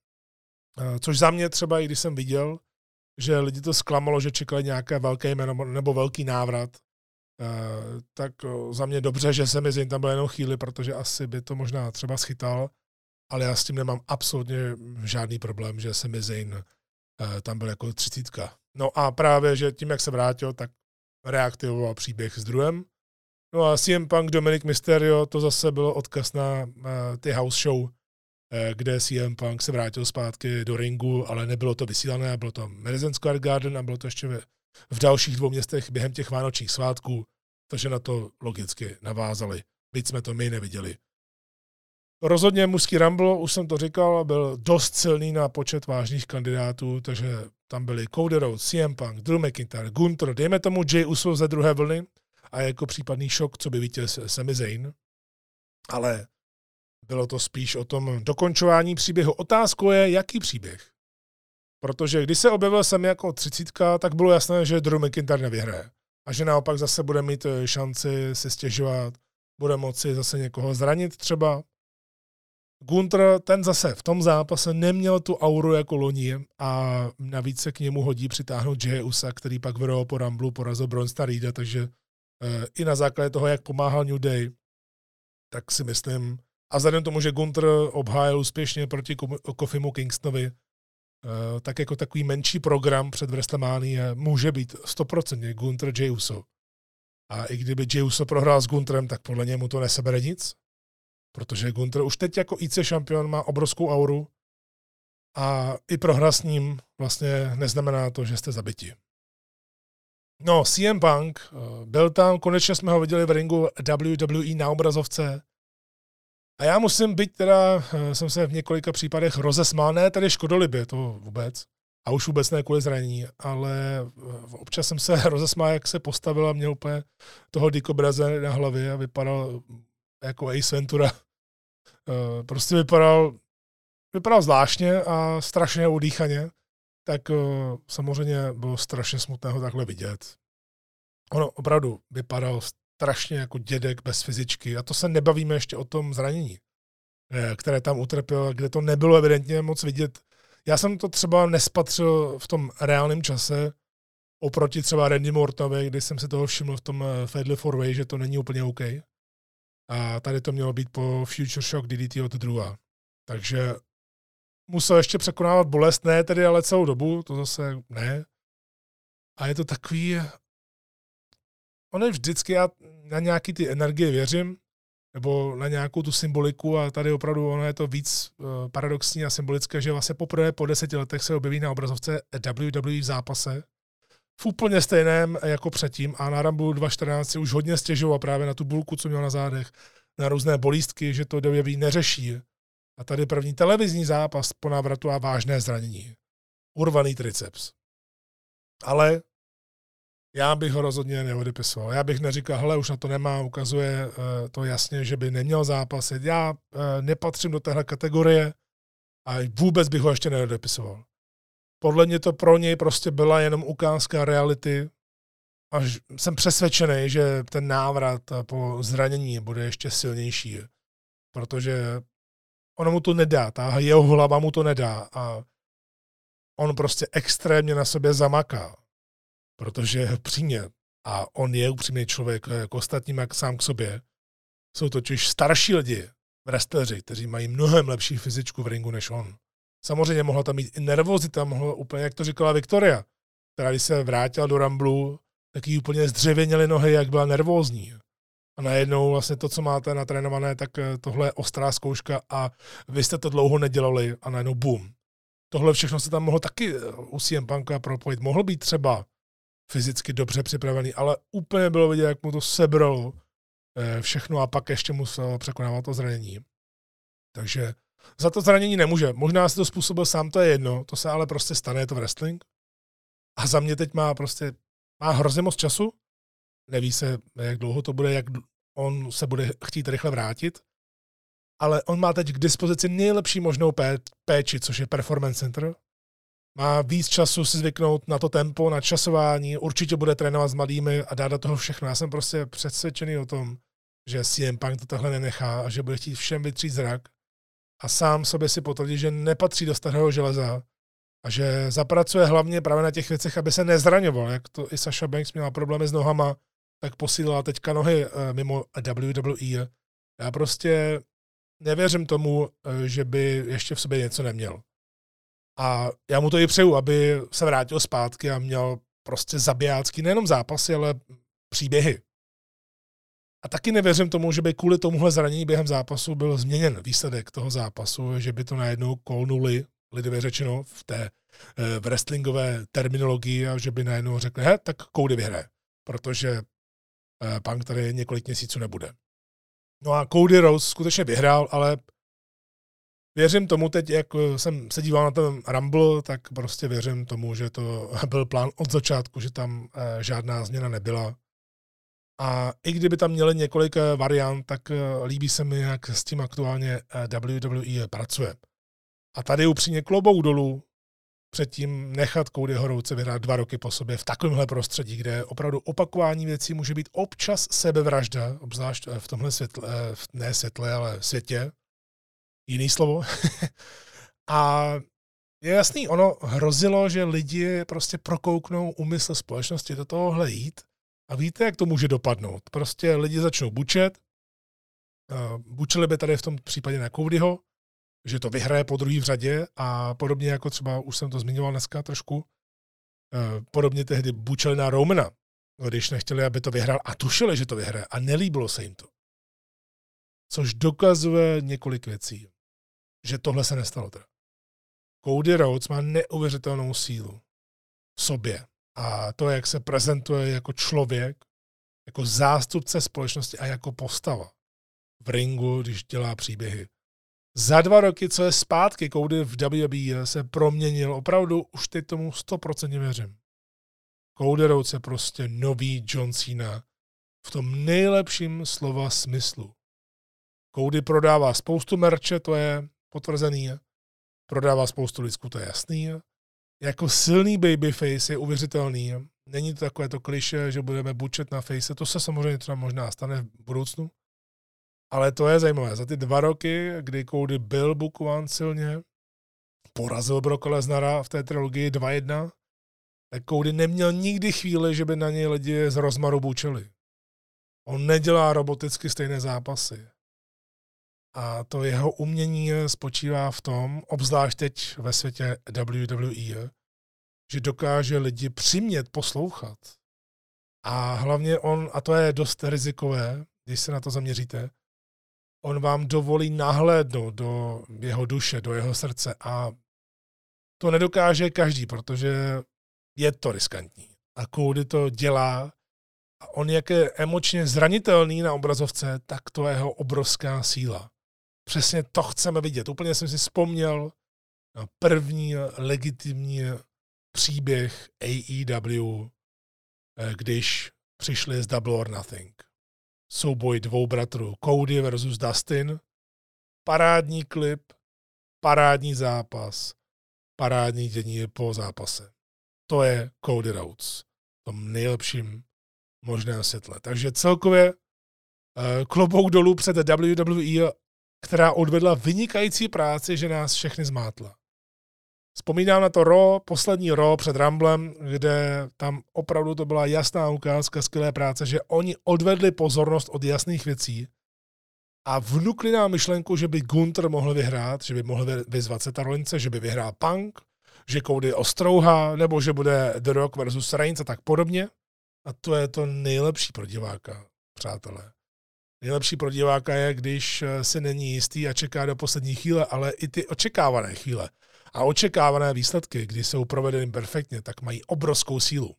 což za mě třeba, i když jsem viděl, že lidi to zklamalo, že čekali nějaké velké jméno nebo velký návrat, tak za mě dobře, že Sami Zayn tam byl jenom chvíli, protože asi by to možná třeba schytal, ale já s tím nemám absolutně žádný problém, že Sami Zayn tam byl jako 30. No a právě, že tím, jak se vrátil, tak reaktivoval příběh s Drewem. No a CM Punk, Dominic Mysterio, to zase bylo odkaz na ty house show, kde CM Punk se vrátil zpátky do ringu, ale nebylo to vysílané, bylo to Madison Square Garden a bylo to ještě v dalších 2 městech během těch vánočních svátků, takže na to logicky navázali, byť jsme to my neviděli. Rozhodně mužský Rumble, už jsem to říkal, byl dost silný na počet vážných kandidátů, takže tam byli Cody Rhodes, CM Punk, Drew McIntyre, Gunther, dejme tomu Jey Uso ze druhé vlny a jako případný šok, co by vítěz Sami Zayn. Ale bylo to spíš o tom dokončování příběhu. Otázkou je, jaký příběh. Protože když se objevil Sami jako 30, tak bylo jasné, že Drew McIntyre nevyhraje. A že naopak zase bude mít šanci si stěžovat, bude moci zase někoho zranit třeba. Gunther, ten zase v tom zápase neměl tu auru jako loni a navíc se k němu hodí přitáhnout Jey Usa, který pak v Raw po Rumblu porazil Bronsona Reeda, takže i na základě toho, jak pomáhal New Day, tak si myslím, a vzhledem tomu, že Gunther obhájil úspěšně proti Kofimu Kingstonovi, tak jako takový menší program před WrestleMania může být 100% Gunther Jey Uso. A i kdyby Jey Uso prohrál s Guntherem, tak podle němu to nesebere nic, protože Gunther už teď jako IC šampion má obrovskou auru a i prohra s ním vlastně neznamená to, že jste zabiti. No, CM Punk byl tam, konečně jsme ho viděli v ringu WWE na obrazovce. A já musím být teda, jsem se v několika případech rozesmál, ne tady škodolibě, to vůbec, a už vůbec ne kvůli zranění, ale občas jsem se rozesmál, jak se postavil a měl úplně toho dikobraze na hlavě a vypadal jako Ace Ventura. Prostě vypadal zvláštně a strašně udýchaně, tak samozřejmě bylo strašně smutné ho takhle vidět. Ono opravdu vypadal strašně jako dědek bez fyzičky. A to se nebavíme ještě o tom zranění, které tam utrpěl, kde to nebylo evidentně moc vidět. Já jsem to třeba nespatřil v tom reálném čase, oproti třeba Randy Mortonovi, kdy jsem si toho všiml v tom Fatal 4-Way, že to není úplně OK. A tady to mělo být po Future Shock DDT od Drewa. Takže musel ještě překonávat bolest, ne tedy ale celou dobu, to zase ne. A je to takový, on je vždycky, já na nějaký ty energie věřím, nebo na nějakou tu symboliku a tady opravdu ono je to víc paradoxní a symbolické, že vlastně poprvé po 10 letech se objeví na obrazovce WWE v zápase v úplně stejném jako předtím a na Rumble 2014 si už hodně stěžoval právě na tu bulku, co měl na zádech, na různé bolístky, že to WWE neřeší. A tady první televizní zápas po návratu a vážné zranění. Urvaný triceps. Ale já bych ho rozhodně neodepisoval. Já bych neříkal, hele, už na to nemá, ukazuje to jasně, že by neměl zápasit. Já nepatřím do téhle kategorie a vůbec bych ho ještě neodepisoval. Podle mě to pro něj prostě byla jenom ukázka reality a jsem přesvědčený, že ten návrat po zranění bude ještě silnější, protože ono mu to nedá, ta jeho hlava mu to nedá a on prostě extrémně na sobě zamaká, protože přímě, a on je upřímný člověk jako ostatní jak sám k sobě, jsou totiž starší lidi, wrestleri, kteří mají mnohem lepší fyzičku v ringu než on. Samozřejmě mohla tam mít i nervozita, mohla úplně, jak to říkala Victoria, která když se vrátila do Rumble, tak jí úplně zdřevěněly nohy, jak byla nervózní. A najednou vlastně to, co máte natrénované, tak tohle je ostrá zkouška a vy jste to dlouho nedělali a najednou bum. Tohle všechno se tam mohlo taky u CM Punka propojit. Mohl být třeba fyzicky dobře připravený, ale úplně bylo vidět, jak mu to sebralo všechno a pak ještě musel překonávat to zranění. Takže za to zranění nemůže. Možná si to způsobil sám, to je jedno, to se ale prostě stane, je to wrestling. A za mě teď má hrozně moc času, neví se, jak dlouho to bude, jak on se bude chtít rychle vrátit, ale on má teď k dispozici nejlepší možnou péči, což je Performance Center. Má víc času si zvyknout na to tempo, na časování, určitě bude trénovat s mladými a dát do toho všechno. Já jsem prostě přesvědčený o tom, že CM Punk to takhle nenechá a že bude chtít všem vytřít zrak a sám sobě si potvrdí, že nepatří do starého železa a že zapracuje hlavně právě na těch věcech, aby se nezraňoval. Jak to i Sasha Banks měla problémy s nohama, tak posílila teďka nohy mimo WWE. Já prostě nevěřím tomu, že by ještě v sobě něco neměl. A já mu to i přeju, aby se vrátil zpátky a měl prostě zabijácký nejenom zápasy, ale příběhy. A taky nevěřím tomu, že by kvůli tomuhle zranění během zápasu byl změněn výsledek toho zápasu, že by to najednou kolnuli, lidově řečeno, v té wrestlingové terminologii a že by najednou řekli, tak Cody vyhraje, protože Punk tady několik měsíců nebude. No a Cody Rhodes skutečně vyhrál, ale věřím tomu teď, jak jsem se díval na ten Rumble, tak prostě věřím tomu, že to byl plán od začátku, že tam žádná změna nebyla. A i kdyby tam měli několik variant, tak líbí se mi, jak s tím aktuálně WWE pracuje. A tady upřímně klobouk dolů předtím nechat Codyho Rhodese vyhrát 2 roky po sobě v takovémhle prostředí, kde opravdu opakování věcí může být občas sebevražda, obzvlášť v tomhle světle, ale světě. Jiný slovo. A je jasný, ono hrozilo, že lidi prostě prokouknou úmysl společnosti do tohohle jít a víte, jak to může dopadnout. Prostě lidi začnou bučet, bučili by tady v tom případě na Codyho, že to vyhraje po druhý v řadě a podobně jako třeba, už jsem to zmiňoval dneska trošku, podobně tehdy bučili na Romana, když nechtěli, aby to vyhrál a tušili, že to vyhraje a nelíbilo se jim to. Což dokazuje několik věcí, že tohle se nestalo teda. Cody Rhodes má neuvěřitelnou sílu v sobě a to, jak se prezentuje jako člověk, jako zástupce společnosti a jako postava v ringu, když dělá příběhy. Za 2 roky, co je zpátky, Cody v WWE se proměnil, opravdu už teď tomu 100% věřím. Cody Rhodes je prostě nový John Cena v tom nejlepším slova smyslu. Cody prodává spoustu merče, to je potvrzený, prodává spoustu lidsků, to je jasný. Jako silný babyface je uvěřitelný. Není to takové to klišé, že budeme bučet na face, to se samozřejmě třeba možná stane v budoucnu, ale to je zajímavé. Za ty 2 roky, kdy Cody byl bookován silně, porazil Brocka Lesnara v té trilogii 2-1, tak Cody neměl nikdy chvíli, že by na něj lidi z rozmaru bučeli. On nedělá roboticky stejné zápasy. A to jeho umění spočívá v tom, obzvlášť teď ve světě WWE, že dokáže lidi přimět poslouchat. A hlavně on, a to je dost rizikové, když se na to zaměříte, on vám dovolí nahlédnout do jeho duše, do jeho srdce a to nedokáže každý, protože je to riskantní. A Cody to dělá a on jak je emočně zranitelný na obrazovce, tak to je jeho obrovská síla. Přesně to chceme vidět. Úplně jsem si vzpomněl na první legitimní příběh AEW, když přišli z Double or Nothing. Souboj 2 bratrů, Cody versus Dustin, parádní klip, parádní zápas, parádní dění po zápase. To je Cody Rhodes v tom nejlepším možném světle. Takže celkově klobouk dolů před WWE, která odvedla vynikající práci, že nás všechny zmátla. Vzpomínám na to Raw, poslední Raw před Rumblem, kde tam opravdu to byla jasná ukázka skvělé práce, že oni odvedli pozornost od jasných věcí a vnukli nám myšlenku, že by Gunther mohl vyhrát, že by mohl vyzvat Seta Rollinse, že by vyhrál Punk, že Cody ostrouhá, nebo že bude The Rock versus Reigns a tak podobně. A to je to nejlepší pro diváka, přátelé. Nejlepší pro diváka je, když se není jistý a čeká do poslední chvíle, ale i ty očekávané chvíle a očekávané výsledky, kdy jsou provedeny perfektně, tak mají obrovskou sílu.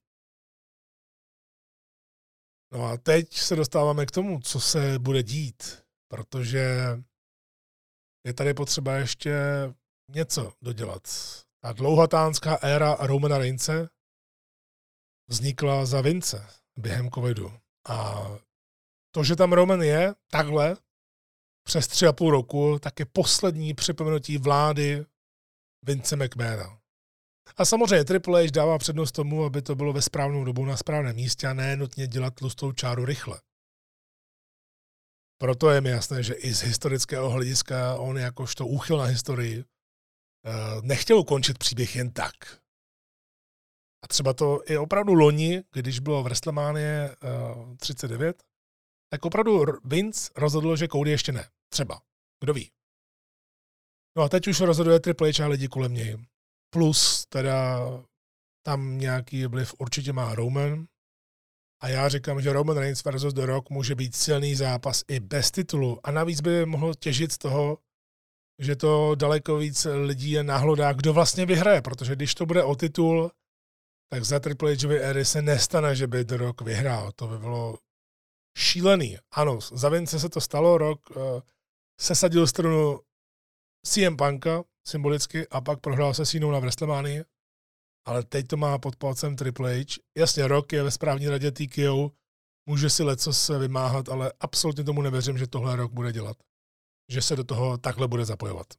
No a teď se dostáváme k tomu, co se bude dít, protože je tady potřeba ještě něco dodělat. Ta dlouhatánská éra Romana Reignse vznikla za Vince během covidu. A to, že tam Roman je takhle přes 3,5 roku, tak je poslední připomenutí vlády Vince McMahona. A samozřejmě Triple H dává přednost tomu, aby to bylo ve správnou dobu na správném místě a ne nutně dělat tlustou čáru rychle. Proto je mi jasné, že i z historického hlediska on jakožto úchyl na historii nechtěl ukončit příběh jen tak. A třeba to je opravdu loni, když bylo v WrestleMania 39, tak opravdu Vince rozhodl, že Cody ještě ne. Třeba. Kdo ví. No a teď už rozhoduje Triple H a lidi kolem něj. Plus teda tam nějaký vliv určitě má Roman. A já říkám, že Roman Reigns versus The Rock může být silný zápas i bez titulu. A navíc by mohl těžit z toho, že to daleko víc lidí je nahlodá, kdo vlastně vyhraje. Protože když to bude o titul, tak za Triple H éry se nestane, že by The Rock vyhrál. To by bylo šílený. Ano, za Vince se to stalo, Rock sesadil strunu CM Punka symbolicky a pak prohrál se Cenou na WrestleMania, ale teď to má pod palcem Triple H. Jasně, Rock je ve správní radě TKO, může si lecos vymáhat, ale absolutně tomu nevěřím, že tohle Rock bude dělat. Že se do toho takhle bude zapojovat.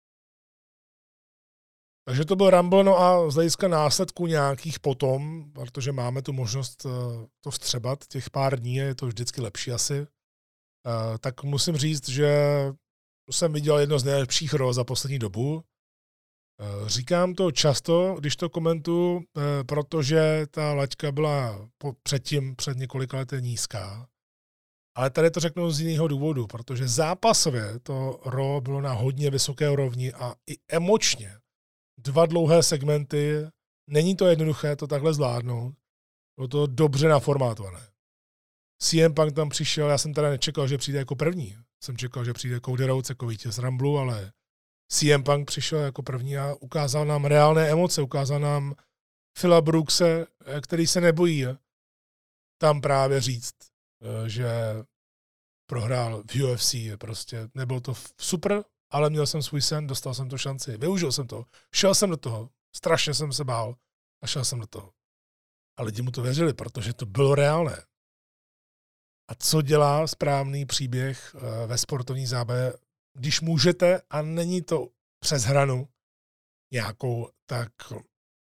Takže to byl Rumble, no a z hlediska následků nějakých potom, protože máme tu možnost to vstřebat těch pár dní, je to vždycky lepší asi, tak musím říct, že jsem viděl jedno z nejlepších Raw za poslední dobu. Říkám to často, když to komentuju, protože ta laťka byla předtím, před několika lety nízká. Ale tady to řeknu z jiného důvodu, protože zápasově to Raw bylo na hodně vysoké úrovni a i emočně 2 dlouhé segmenty, není to jednoduché to takhle zvládnout. Bylo to dobře naformátované. CM Punk tam přišel, já jsem teda nečekal, že přijde jako první. Jsem čekal, že přijde Cody Rhodes jako vítěz Rumble, ale CM Punk přišel jako první a ukázal nám reálné emoce, ukázal nám Phila Brookse, který se nebojí tam právě říct, že prohrál v UFC. Prostě nebylo to super, ale měl jsem svůj sen, dostal jsem tu šanci, využil jsem to, šel jsem do toho, strašně jsem se bál a šel jsem do toho. A lidi mu to věřili, protože to bylo reálné. A co dělá správný příběh ve sportovní zábavě, když můžete a není to přes hranu nějakou, tak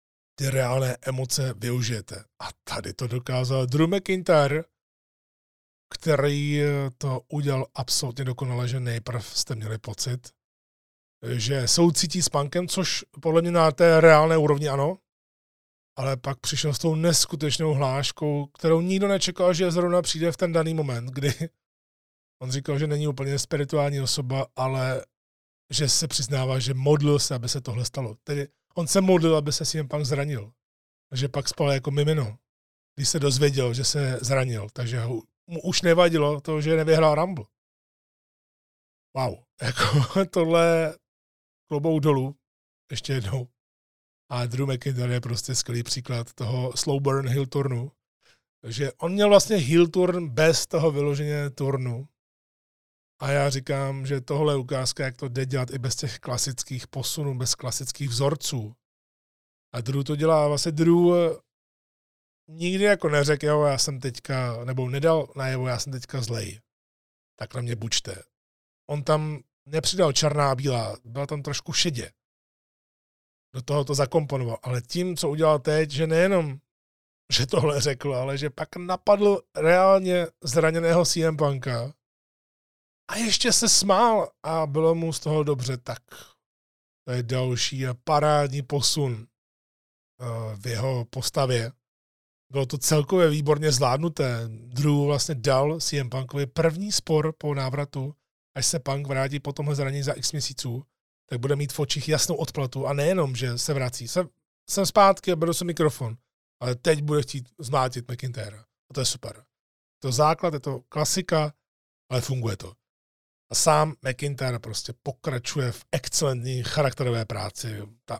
ty reálné emoce využijete. A tady to dokázal Drew McIntyre, který to udělal absolutně dokonale, že nejprve jste měli pocit, že soucítí s Punkem, což podle mě na té reálné úrovni ano, ale pak přišel s tou neskutečnou hláškou, kterou nikdo nečekal, že zrovna přijde v ten daný moment, kdy on říkal, že není úplně spirituální osoba, ale že se přiznává, že modlil se, aby se tohle stalo. Tedy on se modlil, aby se CM Punk zranil. Takže pak spal jako mimino, když se dozvěděl, že se zranil. Takže mu už nevadilo to, že nevyhrál Rumble. Wow, jako tohle klobouk dolů, ještě jednou. A Drew McIntyre je prostě skvělý příklad toho slow burn heel turnu. Takže on měl vlastně heel turn bez toho vyloženě turnu. A já říkám, že tohle je ukázka, jak to jde dělat i bez těch klasických posunů, bez klasických vzorců. A Drew to dělá. Vlastně Drew nikdy jako neřekl, jo, já jsem teďka, nebo nedal najevo, já jsem teďka zlej. Tak na mě buďte. On tam nepřidal černá a bílá, byla tam trošku šedě. Do toho to zakomponoval. Ale tím, co udělal teď, že nejenom, že tohle řekl, ale že pak napadl reálně zraněného CM Punka a ještě se smál a bylo mu z toho dobře, tak to je další parádní posun v jeho postavě. Bylo to celkově výborně zvládnuté. Drew vlastně dal CM Punkovi první spor po návratu, až se Punk vrátí po tomhle zranění za x měsíců, tak bude mít v očích jasnou odplatu a nejenom, že se vrací. Jsem zpátky a beru si mikrofon, ale teď bude chtít zmlátit McIntyra. A to je super. To základ, je to klasika, ale funguje to. A sám McIntyre prostě pokračuje v excelentní charakterové práci.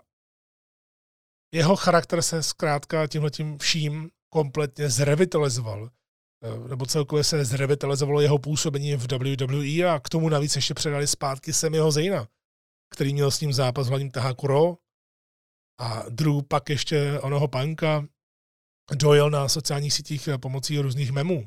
Jeho charakter se zkrátka tímhletím vším kompletně zrevitalizoval. Nebo celkově se zrevitalizovalo jeho působení v WWE a k tomu navíc ještě předali zpátky Samiho Zayna, který měl s ním zápas v hlavním taháku Raw. A Drew pak ještě onoho Punka dojel na sociálních sítích pomocí různých memů.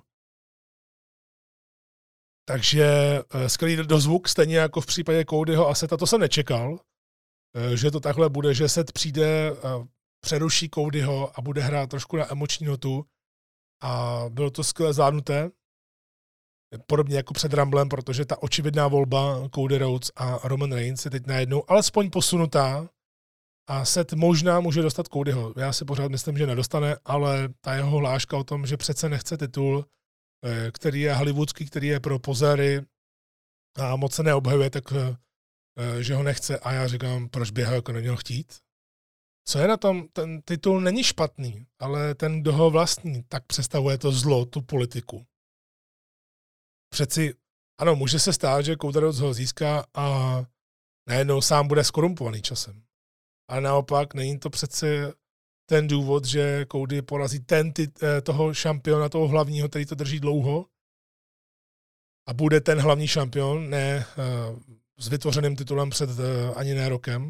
Takže skvělý dozvuk, stejně jako v případě Codyho a Seta, to jsem nečekal, že to takhle bude, že Set přijde, přeruší Codyho a bude hrát trošku na emoční notu a bylo to skvěle zvládnuté. Podobně jako před Rumblem, protože ta očividná volba Cody Rhodes a Roman Reigns je teď najednou alespoň posunutá a Seth možná může dostat Codyho. Já si pořád myslím, že nedostane, ale ta jeho hláška o tom, že přece nechce titul, který je hollywoodský, který je pro pozery a moc se neobhajuje, tak že ho nechce a já říkám, proč by ho jako neměl chtít? Co je na tom? Ten titul není špatný, ale ten, kdo ho vlastní, tak představuje to zlo, tu politiku. Přeci, ano, může se stát, že Cody Rhodes ho získá a najednou sám bude skorumpovaný časem. Ale naopak není to přeci ten důvod, že Cody porazí toho šampiona, toho hlavního, který to drží dlouho a bude ten hlavní šampion, ne s vytvořeným titulem před ani ne rokem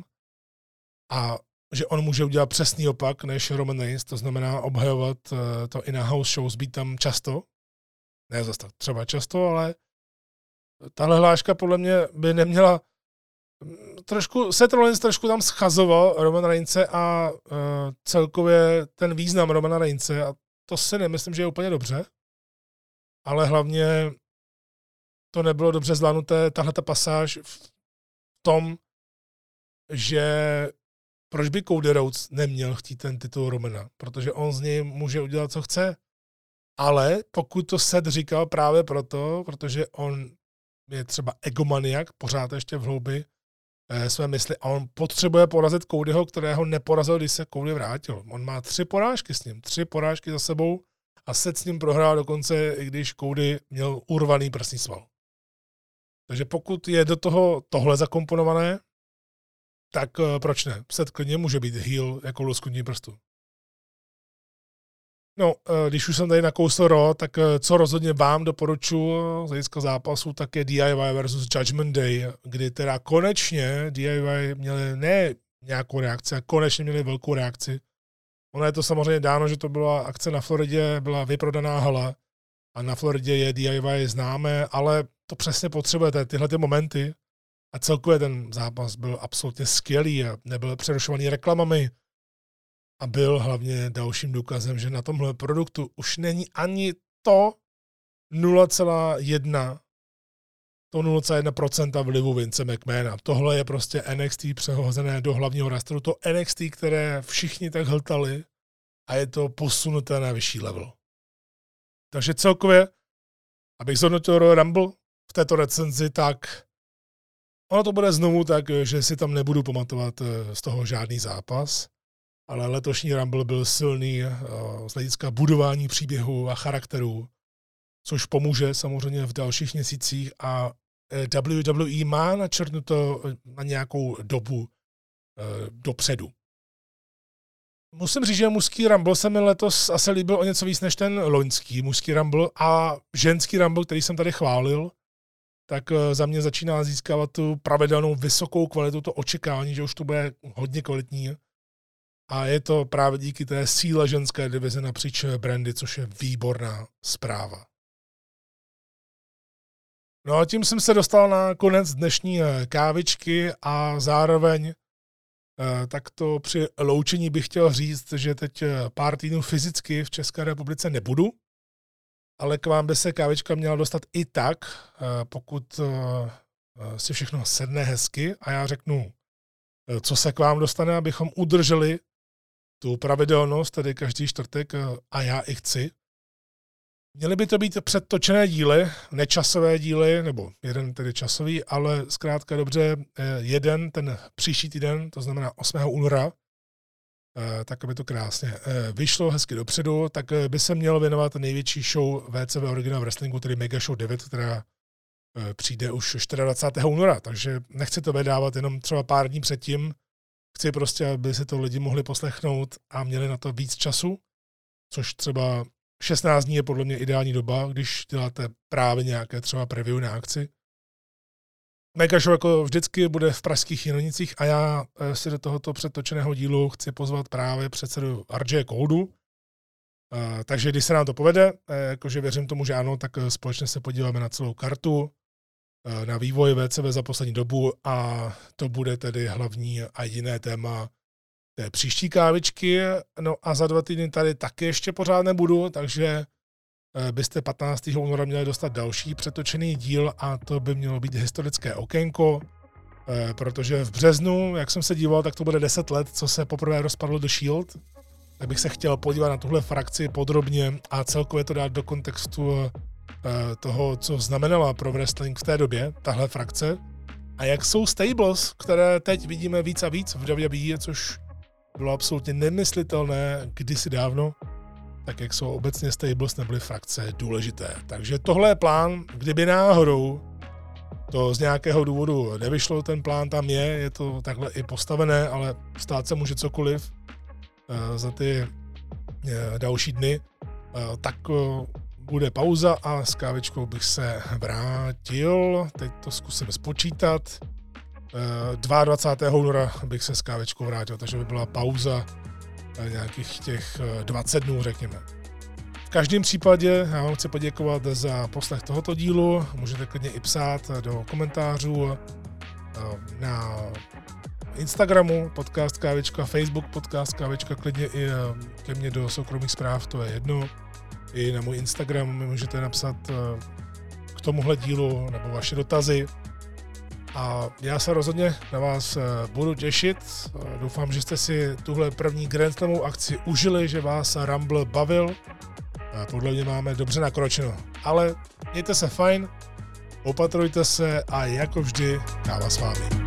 a že on může udělat přesný opak než Roman Reigns, to znamená obhajovat to i na house shows, být tam často, ne zase tak třeba často, ale tahle hláška podle mě by neměla Seth Rollins trošku tam schazoval Romana Reignse a celkově ten význam Romana Reignse a to si nemyslím, že je úplně dobře, ale hlavně to nebylo dobře zvládnuté, tahleta pasáž v tom, že proč by Cody Rhodes neměl chtít ten titul Romana, protože on z něj může udělat, co chce. Ale pokud to Seth říkal právě proto, protože on je třeba egomaniak, pořád ještě v hloubi své mysli a on potřebuje porazit Codyho, kterého neporazil, když se Cody vrátil. On má 3 porážky s ním, 3 porážky za sebou a Seth s ním prohrál dokonce, i když Cody měl urvaný prsní sval. Takže pokud je do toho tohle zakomponované, tak proč ne? Seth klidně může být heel jako lusknutí prstu. No, když už jsem tady nakousl Raw, tak co rozhodně vám doporučuji z hlediska zápasu, tak je DIY versus Judgment Day, kdy teda konečně DIY měli ne nějakou reakci, a konečně měli velkou reakci. Ono je to samozřejmě dáno, že to byla akce na Floridě, byla vyprodaná hala a na Floridě je DIY známé, ale to přesně potřebujete, tyhle ty momenty. A celkově ten zápas byl absolutně skvělý a nebyl přerušovaný reklamami. a byl hlavně dalším důkazem, že na tomhle produktu už není ani to 0,1% vlivu Vince McMahona. Tohle je prostě NXT přehozené do hlavního rastru. To NXT, které všichni tak hltali a je to posunuté na vyšší level. Takže celkově, abych zhodnotil Royal Rumble v této recenzi, tak ono to bude znovu tak, že si tam nebudu pamatovat z toho žádný zápas, ale letošní Rumble byl silný z hlediska budování příběhu a charakterů, což pomůže samozřejmě v dalších měsících a WWE má načrtnuto na nějakou dobu dopředu. Musím říct, že mužský Rumble se mi letos asi líbil o něco víc než ten loňský mužský Rumble a ženský Rumble, který jsem tady chválil, tak za mě začíná získávat tu pravidelnou vysokou kvalitu, to očekávání, že už to bude hodně kvalitní. A je to právě díky té síle ženské divize napříč brandy, což je výborná zpráva. No a tím jsem se dostal na konec dnešní kávičky a zároveň takto při loučení bych chtěl říct, že teď pár týdnů fyzicky v České republice nebudu, ale k vám by se kávička měla dostat i tak, pokud si všechno sedne hezky a já řeknu, co se k vám dostane, abychom udrželi tu pravidelnost, tedy každý čtvrtek a já i chci. Měly by to být předtočené díly, nečasové díly, nebo jeden tedy časový, ale zkrátka dobře jeden, ten příští týden, to znamená 8. února, tak aby to krásně vyšlo hezky dopředu, tak by se měl věnovat největší show WCW Original Wrestlingu, tedy Mega Show 9, která přijde už 24. února, takže nechci to vydávat jenom třeba pár dní předtím, chci prostě, aby si to lidi mohli poslechnout a měli na to víc času, což třeba 16 dní je podle mě ideální doba, když děláte právě nějaké třeba preview na akci. Mega Show jako vždycky bude v pražských Jinonicích a já si do tohoto předtočeného dílu chci pozvat právě předsedu RJ Coldu. Takže když se nám to povede, jakože věřím tomu, že ano, tak společně se podíváme na celou kartu, na vývoj WCW za poslední dobu a to bude tedy hlavní a jediné téma té příští kávičky. No a za 2 týdny tady taky ještě pořád nebudu, takže byste 15. února měli dostat další přetočený díl a to by mělo být historické okénko, protože v březnu, jak jsem se díval, tak to bude 10 let, co se poprvé rozpadlo The Shield, tak bych se chtěl podívat na tuhle frakci podrobně a celkově to dát do kontextu toho, co znamenala pro wrestling v té době, tahle frakce, a jak jsou stables, které teď vidíme víc a víc v WWE, což bylo absolutně nemyslitelné kdysi dávno, tak jak jsou obecně stables nebyly frakce důležité. Takže tohle je plán, kdyby náhodou to z nějakého důvodu nevyšlo, ten plán tam je to takhle i postavené, ale stát se může cokoliv za ty další dny, tak bude pauza a s kávičkou bych se vrátil. Teď to zkusím spočítat. 22. února bych se s kávičkou vrátil, takže by byla pauza nějakých těch 20 dnů, řekněme. V každém případě já vám chci poděkovat za poslech tohoto dílu. Můžete klidně i psát do komentářů na Instagramu podcast Kávička, Facebook podcast Kávička, klidně i ke mně do soukromých zpráv, to je jedno. I na můj Instagram mi můžete napsat k tomuhle dílu nebo vaše dotazy. A já se rozhodně na vás budu těšit. Doufám, že jste si tuhle první Grand Slamovou akci užili, že vás Rumble bavil. Podle mě máme dobře nakročeno. Ale mějte se fajn, opatrujte se a jako vždy káva s vámi.